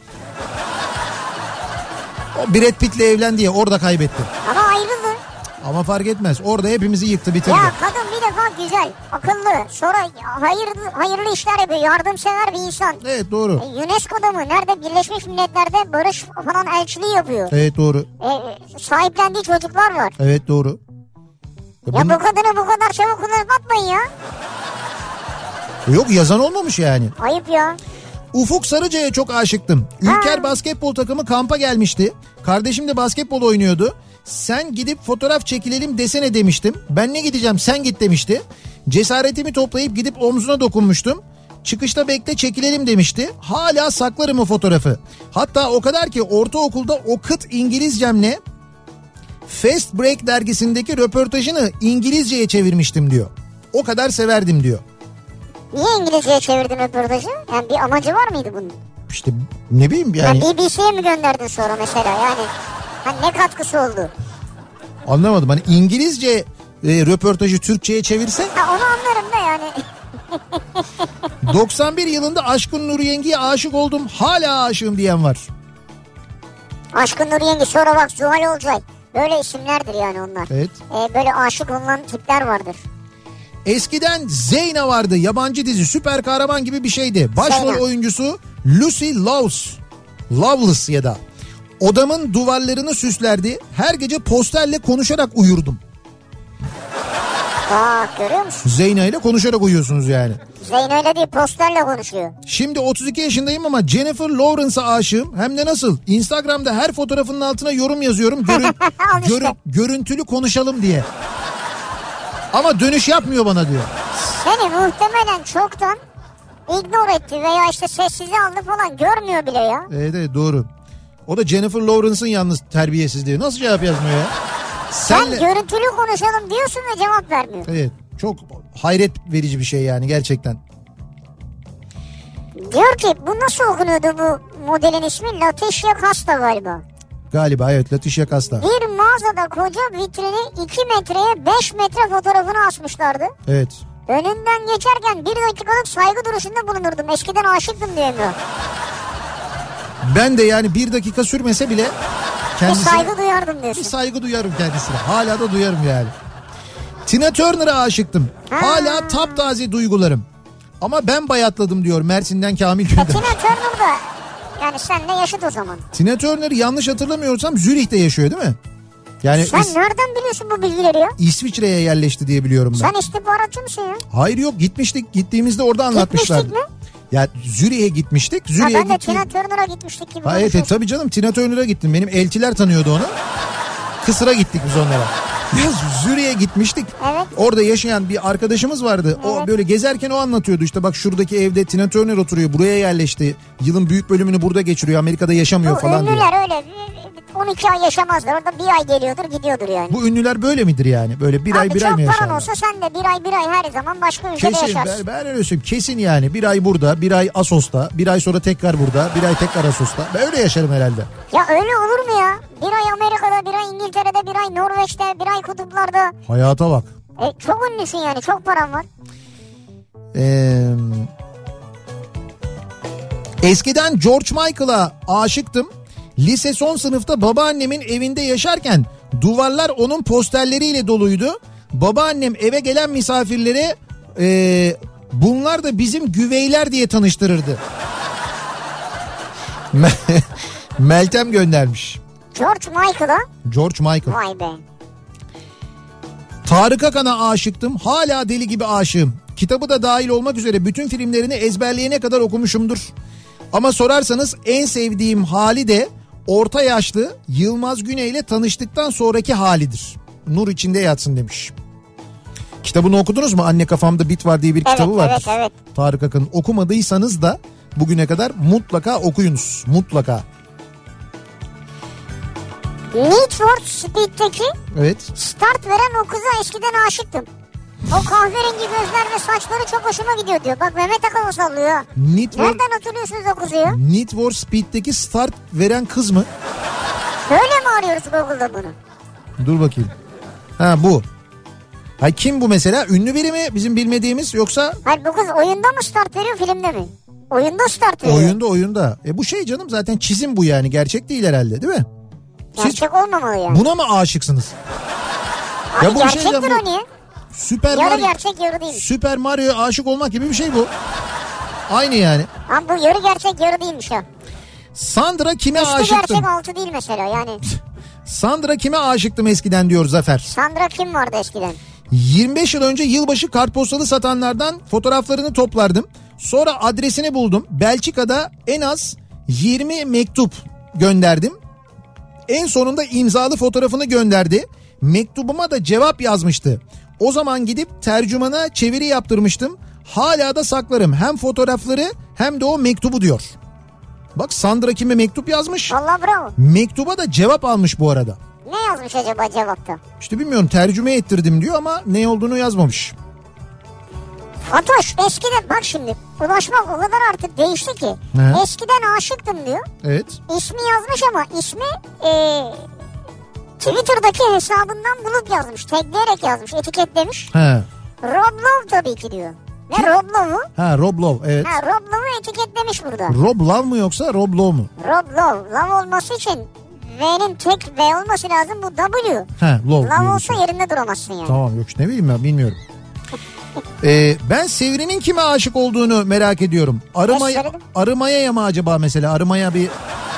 O Brad Pitt'le evlendi ya, orada kaybetti. Ama ayrıldı. Ama fark etmez. Orada hepimizi yıktı, bitirdi. Ya kadın bir defa güzel, akıllı, sonra hayırlı işler yapıyor, yardımsever bir insan. Evet, doğru. UNESCO'da mı? Nerede? Birleşmiş Milletler'de barış falan elçiliği yapıyor. Evet, doğru. Sahiplendiği çocuklar var. Evet, doğru. Ya bu kadını bu kadar çabuk kullanıp atmayın ya. Yok, yazan olmamış yani. Ayıp ya. Ufuk Sarıca'ya çok aşıktım. Ülker basketbol takımı kampa gelmişti. Kardeşim de basketbol oynuyordu. Sen gidip fotoğraf çekilelim desene demiştim. Ben ne gideceğim, sen git demişti. Cesaretimi toplayıp gidip omzuna dokunmuştum. Çıkışta bekle çekilelim demişti. Hala saklarım o fotoğrafı. Hatta o kadar ki ortaokulda o kıt İngilizcemle Fast Break dergisindeki röportajını İngilizceye çevirmiştim diyor. O kadar severdim diyor. Niye İngilizceye çevirdin röportajı? Yani bir amacı var mıydı bunun? İşte ne bileyim yani. BBC'ye mi gönderdin sonra mesela yani? Hani ne katkısı oldu? Anlamadım. Hani İngilizce röportajı Türkçe'ye çevirse. Ha, onu anlarım da yani. 91 yılında Aşkın Nur Yengi'ye aşık oldum. Hala aşığım diyen var. Aşkın Nur Yengi, sonra bak Zuhal Olcay. Böyle isimlerdir yani onlar. Evet. Böyle aşık olunan tipler vardır. Eskiden Zeyna vardı. Yabancı dizi, süper kahraman gibi bir şeydi. Başrol Zeyna oyuncusu Lucy Lawless ya da. Odamın duvarlarını süslerdi. Her gece posterle konuşarak uyurdum. Bak, görüyor musun? Zeyna ile konuşarak uyuyorsunuz yani. Zeyna ile değil, posterle konuşuyor. Şimdi 32 yaşındayım ama Jennifer Lawrence'a aşığım. Hem de nasıl? Instagram'da her fotoğrafının altına yorum yazıyorum. Görüntülü konuşalım diye. Ama dönüş yapmıyor bana diyor. Seni muhtemelen çoktan ignore etti veya işte sessize aldı falan, görmüyor bile ya. Evet, doğru. O da Jennifer Lawrence'ın yalnız terbiyesizliği. Nasıl cevap yazmıyor ya? Sen görüntülü konuşalım diyorsun ve cevap vermiyor. Evet, çok hayret verici bir şey yani gerçekten. Diyor ki bu nasıl okunuyordu, bu modelin ismi? Leticia Casta galiba. Galiba evet, Leticia Casta. Bir mağazada koca vitrini 2 metreye 5 metre fotoğrafını asmışlardı. Evet. Önünden geçerken 1 dakikalık saygı duruşunda bulunurdum. Eskiden aşıktım diyor Emre. Ben de yani 1 dakika sürmese bile kendisine... Bir saygı duyardım diyorsun. Bir saygı duyarım kendisine. Hala da duyarım yani. Tina Turner'a aşıktım. Hala taptaze duygularım. Ama ben bayatladım diyor Mersin'den Kamil Gül'den. Tina Turner da yani seninle yaşıt o zaman. Tina Turner yanlış hatırlamıyorsam Zürih'te yaşıyor değil mi? Yani sen nereden biliyorsun bu bilgileri ya? İsviçre'ye yerleşti diye biliyorum ben. Sen istihbaratçı mısın ya? Hayır yok gitmiştik. Gittiğimizde orada anlatmışlardı. Gitmiştik mi? Ya Zürih'e gitmiştik. Ben de Tina Turner'a gitmiştik gibi. Evet tabii canım Tina Turner'a gittim. Benim eltiler tanıyordu onu. Kısır'a gittik biz onlara. Ya Zürih'e gitmiştik. Evet. Orada yaşayan bir arkadaşımız vardı. Evet. O böyle gezerken o anlatıyordu işte bak şuradaki evde Tina Turner oturuyor. Buraya yerleşti. Yılın büyük bölümünü burada geçiriyor. Amerika'da yaşamıyor falan diyor. Ünlüler öyle 12 ay yaşamazlar. Orada 1 ay geliyordur gidiyordur yani. Bu ünlüler böyle midir yani? Böyle bir ay mı yaşarlar? Abi çok paran olsa sen de bir ay her zaman başka ülkede yaşarsın. Kesin ben öyle söyleyeyim. Kesin yani bir ay burada, bir ay Assos'ta, bir ay sonra tekrar burada, bir ay tekrar Assos'ta. Ben öyle yaşarım herhalde. Ya öyle olur mu ya? Bir ay Amerika'da, bir ay İngiltere'de, bir ay Norveç'te, bir ay kutuplarda. Hayata bak. Çok ünlüsün yani, çok paran var. Eskiden George Michael'a aşıktım. Lise son sınıfta babaannemin evinde yaşarken duvarlar onun posterleriyle doluydu. Babaannem eve gelen misafirlere bunlar da bizim güveyler diye tanıştırırdı. Meltem göndermiş. George Michael'a? George Michael. Vay be. Tarık Akan'a aşıktım. Hala deli gibi aşığım. Kitabı da dahil olmak üzere bütün filmlerini ezberleyene kadar okumuşumdur. Ama sorarsanız en sevdiğim hali de orta yaşlı Yılmaz Güney ile tanıştıktan sonraki halidir. Nur içinde yatsın demiş. Kitabını okudunuz mu? Anne Kafamda Bit Var diye bir kitabı vardır. Evet. Tarık Akan'ın. Okumadıysanız da bugüne kadar mutlaka okuyunuz. Mutlaka. Need for Speed'teki evet. Start veren o kıza eskiden aşıktım. O kahverengi gözler ve saçları çok hoşuma gidiyor diyor. Bak Mehmet Akalın sallıyor. Nereden hatırlıyorsunuz o kızı ya? Need for Speed'teki start veren kız mı? Böyle mi arıyoruz Google'da bunu? Dur bakayım. Ha bu. Hay kim bu mesela? Ünlü biri mi bizim bilmediğimiz yoksa? Hayır bu kız oyunda mı start veriyor filmde mi? Oyunda start veriyor. Oyunda. Bu şey canım zaten çizim bu yani. Gerçek değil herhalde değil mi? Gerçek olmamalı yani. Buna mı aşıksınız? Abi ya bu gerçektir şey o niye? Yarı gerçek yarı değil. Süper Mario'ya aşık olmak gibi bir şey bu. Aynı yani. Abi bu yarı gerçek yarı değilmiş ya. Sandra kime Üstü aşıktım? gerçek altı değil mesela yani. Sandra kime aşıktım eskiden diyor Zafer. Sandra kim vardı eskiden? 25 yıl önce yılbaşı kartpostalı satanlardan fotoğraflarını toplardım. Sonra adresini buldum. Belçika'da en az 20 mektup gönderdim. En sonunda imzalı fotoğrafını gönderdi. Mektubuma da cevap yazmıştı. O zaman gidip tercümana çeviri yaptırmıştım. Hala da saklarım hem fotoğrafları hem de o mektubu diyor. Bak Sandra kime mektup yazmış. Allah bravo. Mektuba da cevap almış bu arada. Ne yazmış acaba cevapta? İşte bilmiyorum tercüme ettirdim diyor ama ne olduğunu yazmamış. Fatoş eskiden bak şimdi ulaşmak o kadar artık değişti ki. He. Eskiden aşıktım diyor. Evet. İsmi yazmış ama ismi Twitter'daki hesabından bulup yazmış. Tagleyerek yazmış, etiketlemiş. He. Rob Love tabii ki diyor. Ne Rob Love'u? Ha Rob Love evet. Ha Rob Love'u etiketlemiş burada. Rob Love mu yoksa Rob Love mu? Rob Love. Love olması için V'nin tek V olması lazım bu W. Ha Love. Love olsa yerinde duramazsın yani. Tamam yok ne bileyim ben bilmiyorum. Ben Sevri'nin kime aşık olduğunu merak ediyorum. Arımaya'ya mı acaba mesela? Arımaya bir...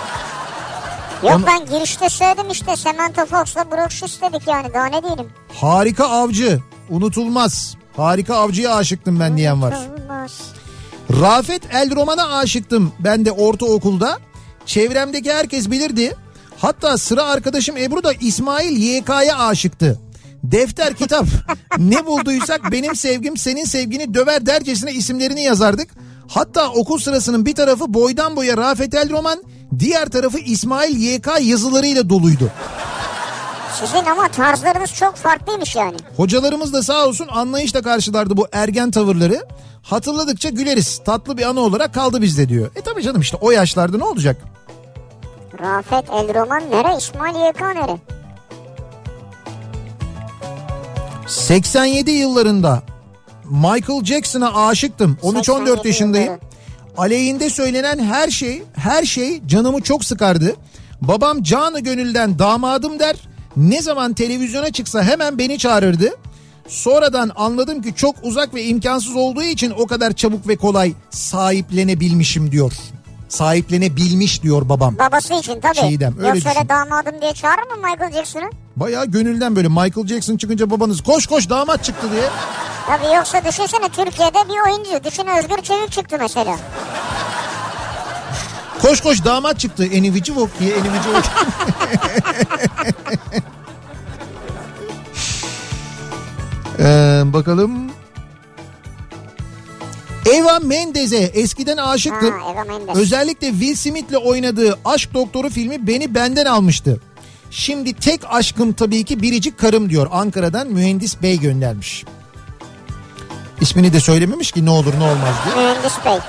Yok ben girişte söyledim işte Samantha Fox'la Brooke Shields dedik yani daha ne diyelim. Harika Avcı unutulmaz. Harika Avcı'ya aşıktım ben diyen var. Unutulmaz. Rafet Elroman'a aşıktım ben de ortaokulda. Çevremdeki herkes bilirdi. Hatta sıra arkadaşım Ebru da İsmail YK'ya aşıktı. Defter, kitap ne bulduysak benim sevgim senin sevgini döver dercesine isimlerini yazardık. Hatta okul sırasının bir tarafı boydan boya Rafet Elroman, diğer tarafı İsmail YK yazılarıyla doluydu. Sizin ama tarzlarınız çok farklıymış yani. Hocalarımız da sağ olsun anlayışla karşılardı bu ergen tavırları. Hatırladıkça güleriz. Tatlı bir anı olarak kaldı bizde diyor. Tabii canım işte o yaşlarda ne olacak? Rafet Elroman nere? İsmail YK nere? 87 yıllarında Michael Jackson'a aşıktım. 13-14 yaşındayım. Aleyhinde söylenen her şey canımı çok sıkardı. Babam canı gönülden damadım der. Ne zaman televizyona çıksa hemen beni çağırırdı. Sonradan anladım ki çok uzak ve imkansız olduğu için o kadar çabuk ve kolay sahiplenebilmişim diyor. Sahiplenebilmiş diyor babam. Babası için tabii. Çiğdem, öyle yoksa öyle düşün. damadım diye çağırır mı Michael Jackson'ı? Bayağı gönülden böyle Michael Jackson çıkınca babanız koş damat çıktı diye. Tabii yoksa düşünsene Türkiye'de bir oyuncu. Düşün Özgür Çevik çıktı mesela. Koş damat çıktı. Enivici Vok diye Enivici Vok. Bakalım. Eva Mendes'e eskiden aşıktım. Eva Mendes. Özellikle Will Smith'le oynadığı Aşk Doktoru filmi beni benden almıştı. Şimdi tek aşkım tabii ki biricik karım diyor. Ankara'dan Mühendis Bey göndermiş. İsmini de söylememiş ki ne olur ne olmaz diye. Mühendis Bey.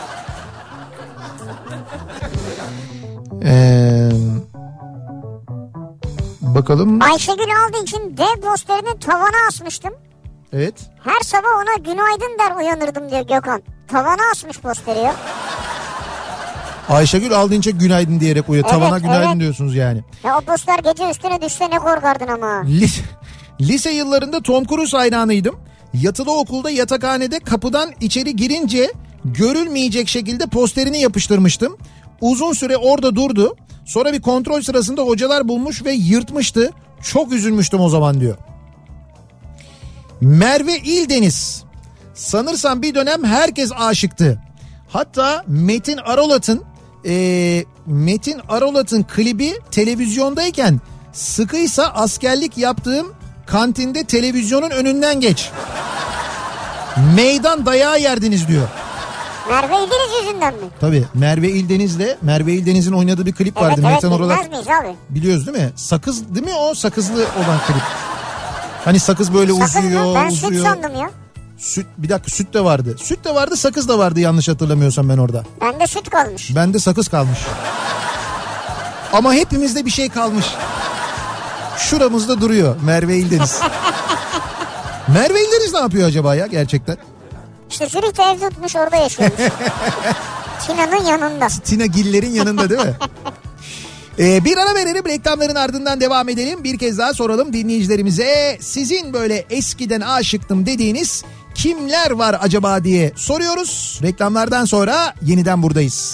Bakalım. Ayşegül aldığı için dev posterini tavana asmıştım. Evet. Her sabah ona günaydın der uyanırdım diyor Gökhan. Tavana asmış posteri ya. Ayşegül Aldınç'a günaydın diyerek uyuyor. Evet, Tavana günaydın evet. diyorsunuz yani. Ya o poster gece üstüne düşse ne korkardın ama. Lise yıllarında Tom Cruise hayranıydım. Yatılı okulda yatakhanede kapıdan içeri girince görülmeyecek şekilde posterini yapıştırmıştım. Uzun süre orada durdu. Sonra bir kontrol sırasında hocalar bulmuş ve yırtmıştı. Çok üzülmüştüm o zaman diyor. Merve İldeniz. Sanırsam bir dönem herkes aşıktı. Hatta Metin Arolat'ın klibi televizyondayken sıkıysa askerlik yaptığım kantinde televizyonun önünden geç. Meydan dayağı yerdiniz diyor. Merve İldeniz yüzünden mi? Tabii Merve İldeniz'in oynadığı bir klip vardı. Evet Metin Arolat. bilmez miyiz abi? Biliyoruz değil mi? Sakız değil mi o? Sakızlı olan klip. Hani sakız böyle Sakız uzuyor. mı? Ben süt sandım ya. Bir dakika süt de vardı. Süt de vardı, sakız da vardı yanlış hatırlamıyorsam ben orada. Bende süt kalmış. Bende sakız kalmış. Ama hepimizde bir şey kalmış. Şuramızda duruyor Merve İldeniz. Merve İldeniz ne yapıyor acaba ya gerçekten? İşte Zürih'te ev tutmuş orada yaşıyormuş. Tina'nın yanında. Tina Giller'in yanında değil mi? Bir ara verelim, reklamların ardından devam edelim. Bir kez daha soralım dinleyicilerimize, sizin böyle eskiden aşıktım dediğiniz kimler var acaba diye soruyoruz. Reklamlardan sonra yeniden buradayız.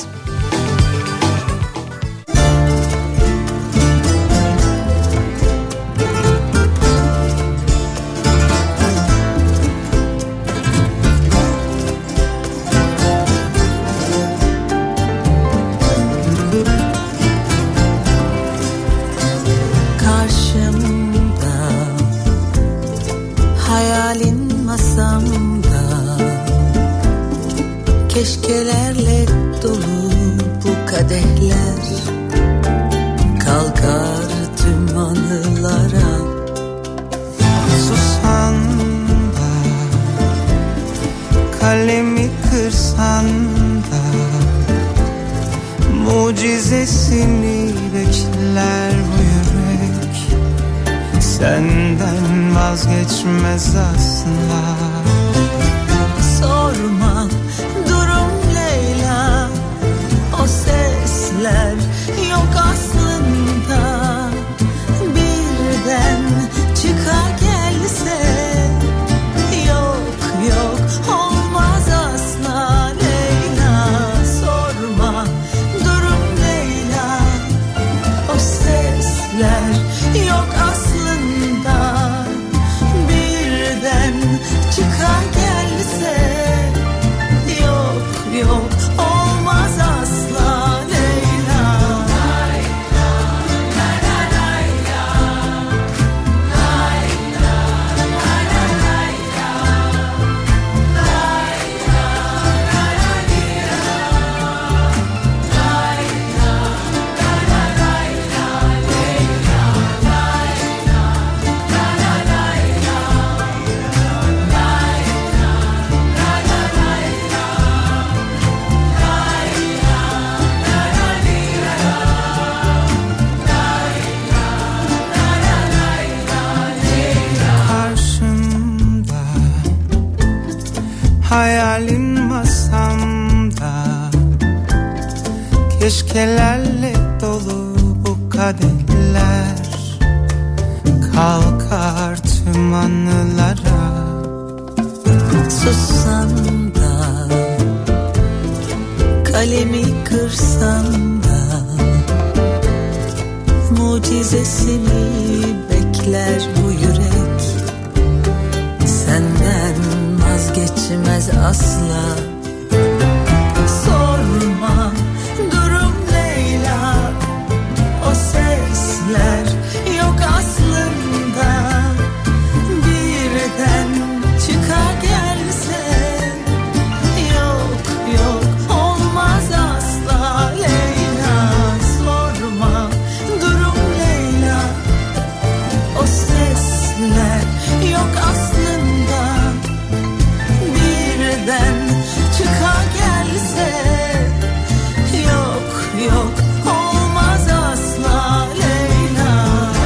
Keşkelerle dolu bu kadehler, kalkar tüm anılara. Susan da, kalemi kırsan da, mucizesini bekler bu yürek. Senden vazgeçmez asla. Sorma durum Leyla, o sesler yok aslında. Birden çıkar gelse, yok olmaz asla Leyla. Sorma durum Leyla, o sesler yok aslında. Birden çıkar gelse, yok olmaz asla Leyla. Hayalin masamda, keşkelerle dolu bu kadehler. Kalkar tüm anılara. Sussam da, kalemi kırsam da, mucizesini bekler bu yürek. Senden vazgeçmez asla. Sorma durum Leyla, o sesler yok aslında. Birden çıkar gelse, yok yok olmaz asla Leyla. Sorma durum Leyla, o sesler yok aslında. Birden çıkar gelse, yok yok olmaz asla Leyla.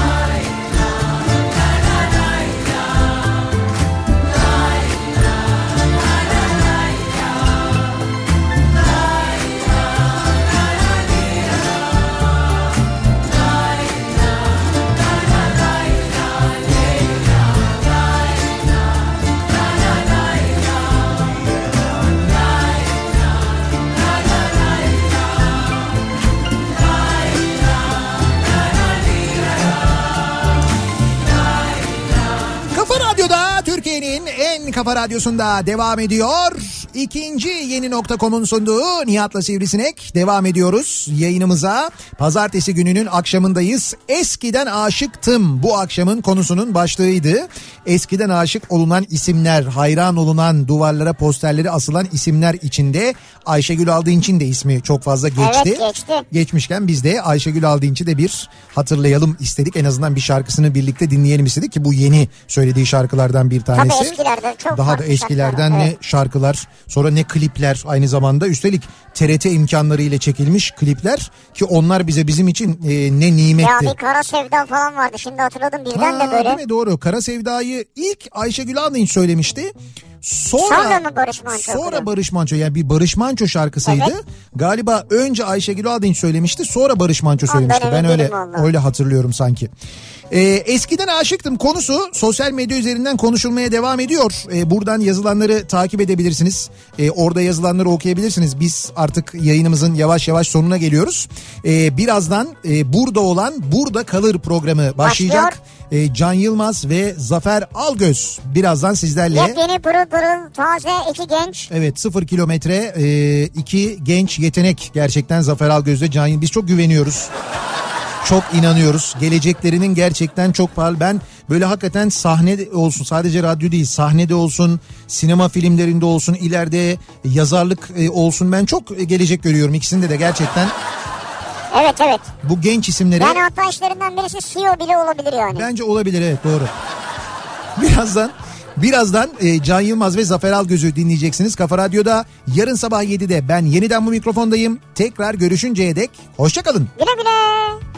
Kafa Radyo'da, Türkiye'nin en kafa radyosunda devam ediyor. İkinci Yeni.com'un sunduğu Nihat'la Sivrisinek devam ediyoruz yayınımıza. Pazartesi gününün akşamındayız. Eskiden aşıktım bu akşamın konusunun başlığıydı. Eskiden aşık olunan isimler, hayran olunan, duvarlara posterleri asılan isimler içinde Ayşegül Aldinç'in de ismi çok fazla geçti. Evet, geçti. Geçmişken biz de Ayşegül Aldinç'i de bir hatırlayalım istedik. En azından bir şarkısını birlikte dinleyelim istedik ki bu yeni söylediği şarkılardan bir tanesi. Tabii eskilerden çok daha da farklı eskilerden şarkılar, ne şarkılar, sonra ne klipler aynı zamanda. Üstelik TRT imkanları ile çekilmiş klipler ki onlar bizim için ne nimetti. Ya bir Kara Sevda falan vardı, şimdi hatırladım birden de böyle. Değil mi? Doğru. Kara Sevda'yı ilk Ayşegül Aldinç söylemişti. Sonra mı Barış Manço? Sonra Barış Manço, yani bir Barış Manço şarkısıydı. Evet. Galiba önce Ayşegül Aldinç söylemişti, sonra Barış Manço söylemişti. Ben Ben öyle hatırlıyorum sanki. Eskiden aşıktım konusu sosyal medya üzerinden konuşulmaya devam ediyor. Buradan yazılanları takip edebilirsiniz. Orada yazılanları okuyabilirsiniz. Biz artık yayınımızın yavaş yavaş sonuna geliyoruz. Birazdan Burada Olan Burada Kalır programı başlayacak. Can Yılmaz ve Zafer Algöz birazdan sizlerle. Yepyeni pırıl pırıl taze iki genç. Evet, 0 kilometre iki genç yetenek gerçekten Zafer Algöz'de Can Yılmaz. Biz çok güveniyoruz. Çok inanıyoruz. Geleceklerinin gerçekten çok parlak. Ben böyle hakikaten sahnede olsun, sadece radyo değil, sahnede olsun, sinema filmlerinde olsun, ileride yazarlık olsun, ben çok gelecek görüyorum ikisinde de gerçekten. Evet. Bu genç isimlere. Yani hatta işlerinden birisi CEO bile olabilir yani. Bence olabilir, evet, doğru. Birazdan Can Yılmaz ve Zafer Algöz'ü dinleyeceksiniz. Kafa Radyo'da yarın sabah 7'de ben yeniden bu mikrofondayım. Tekrar görüşünceye dek hoşça kalın. Güle güle.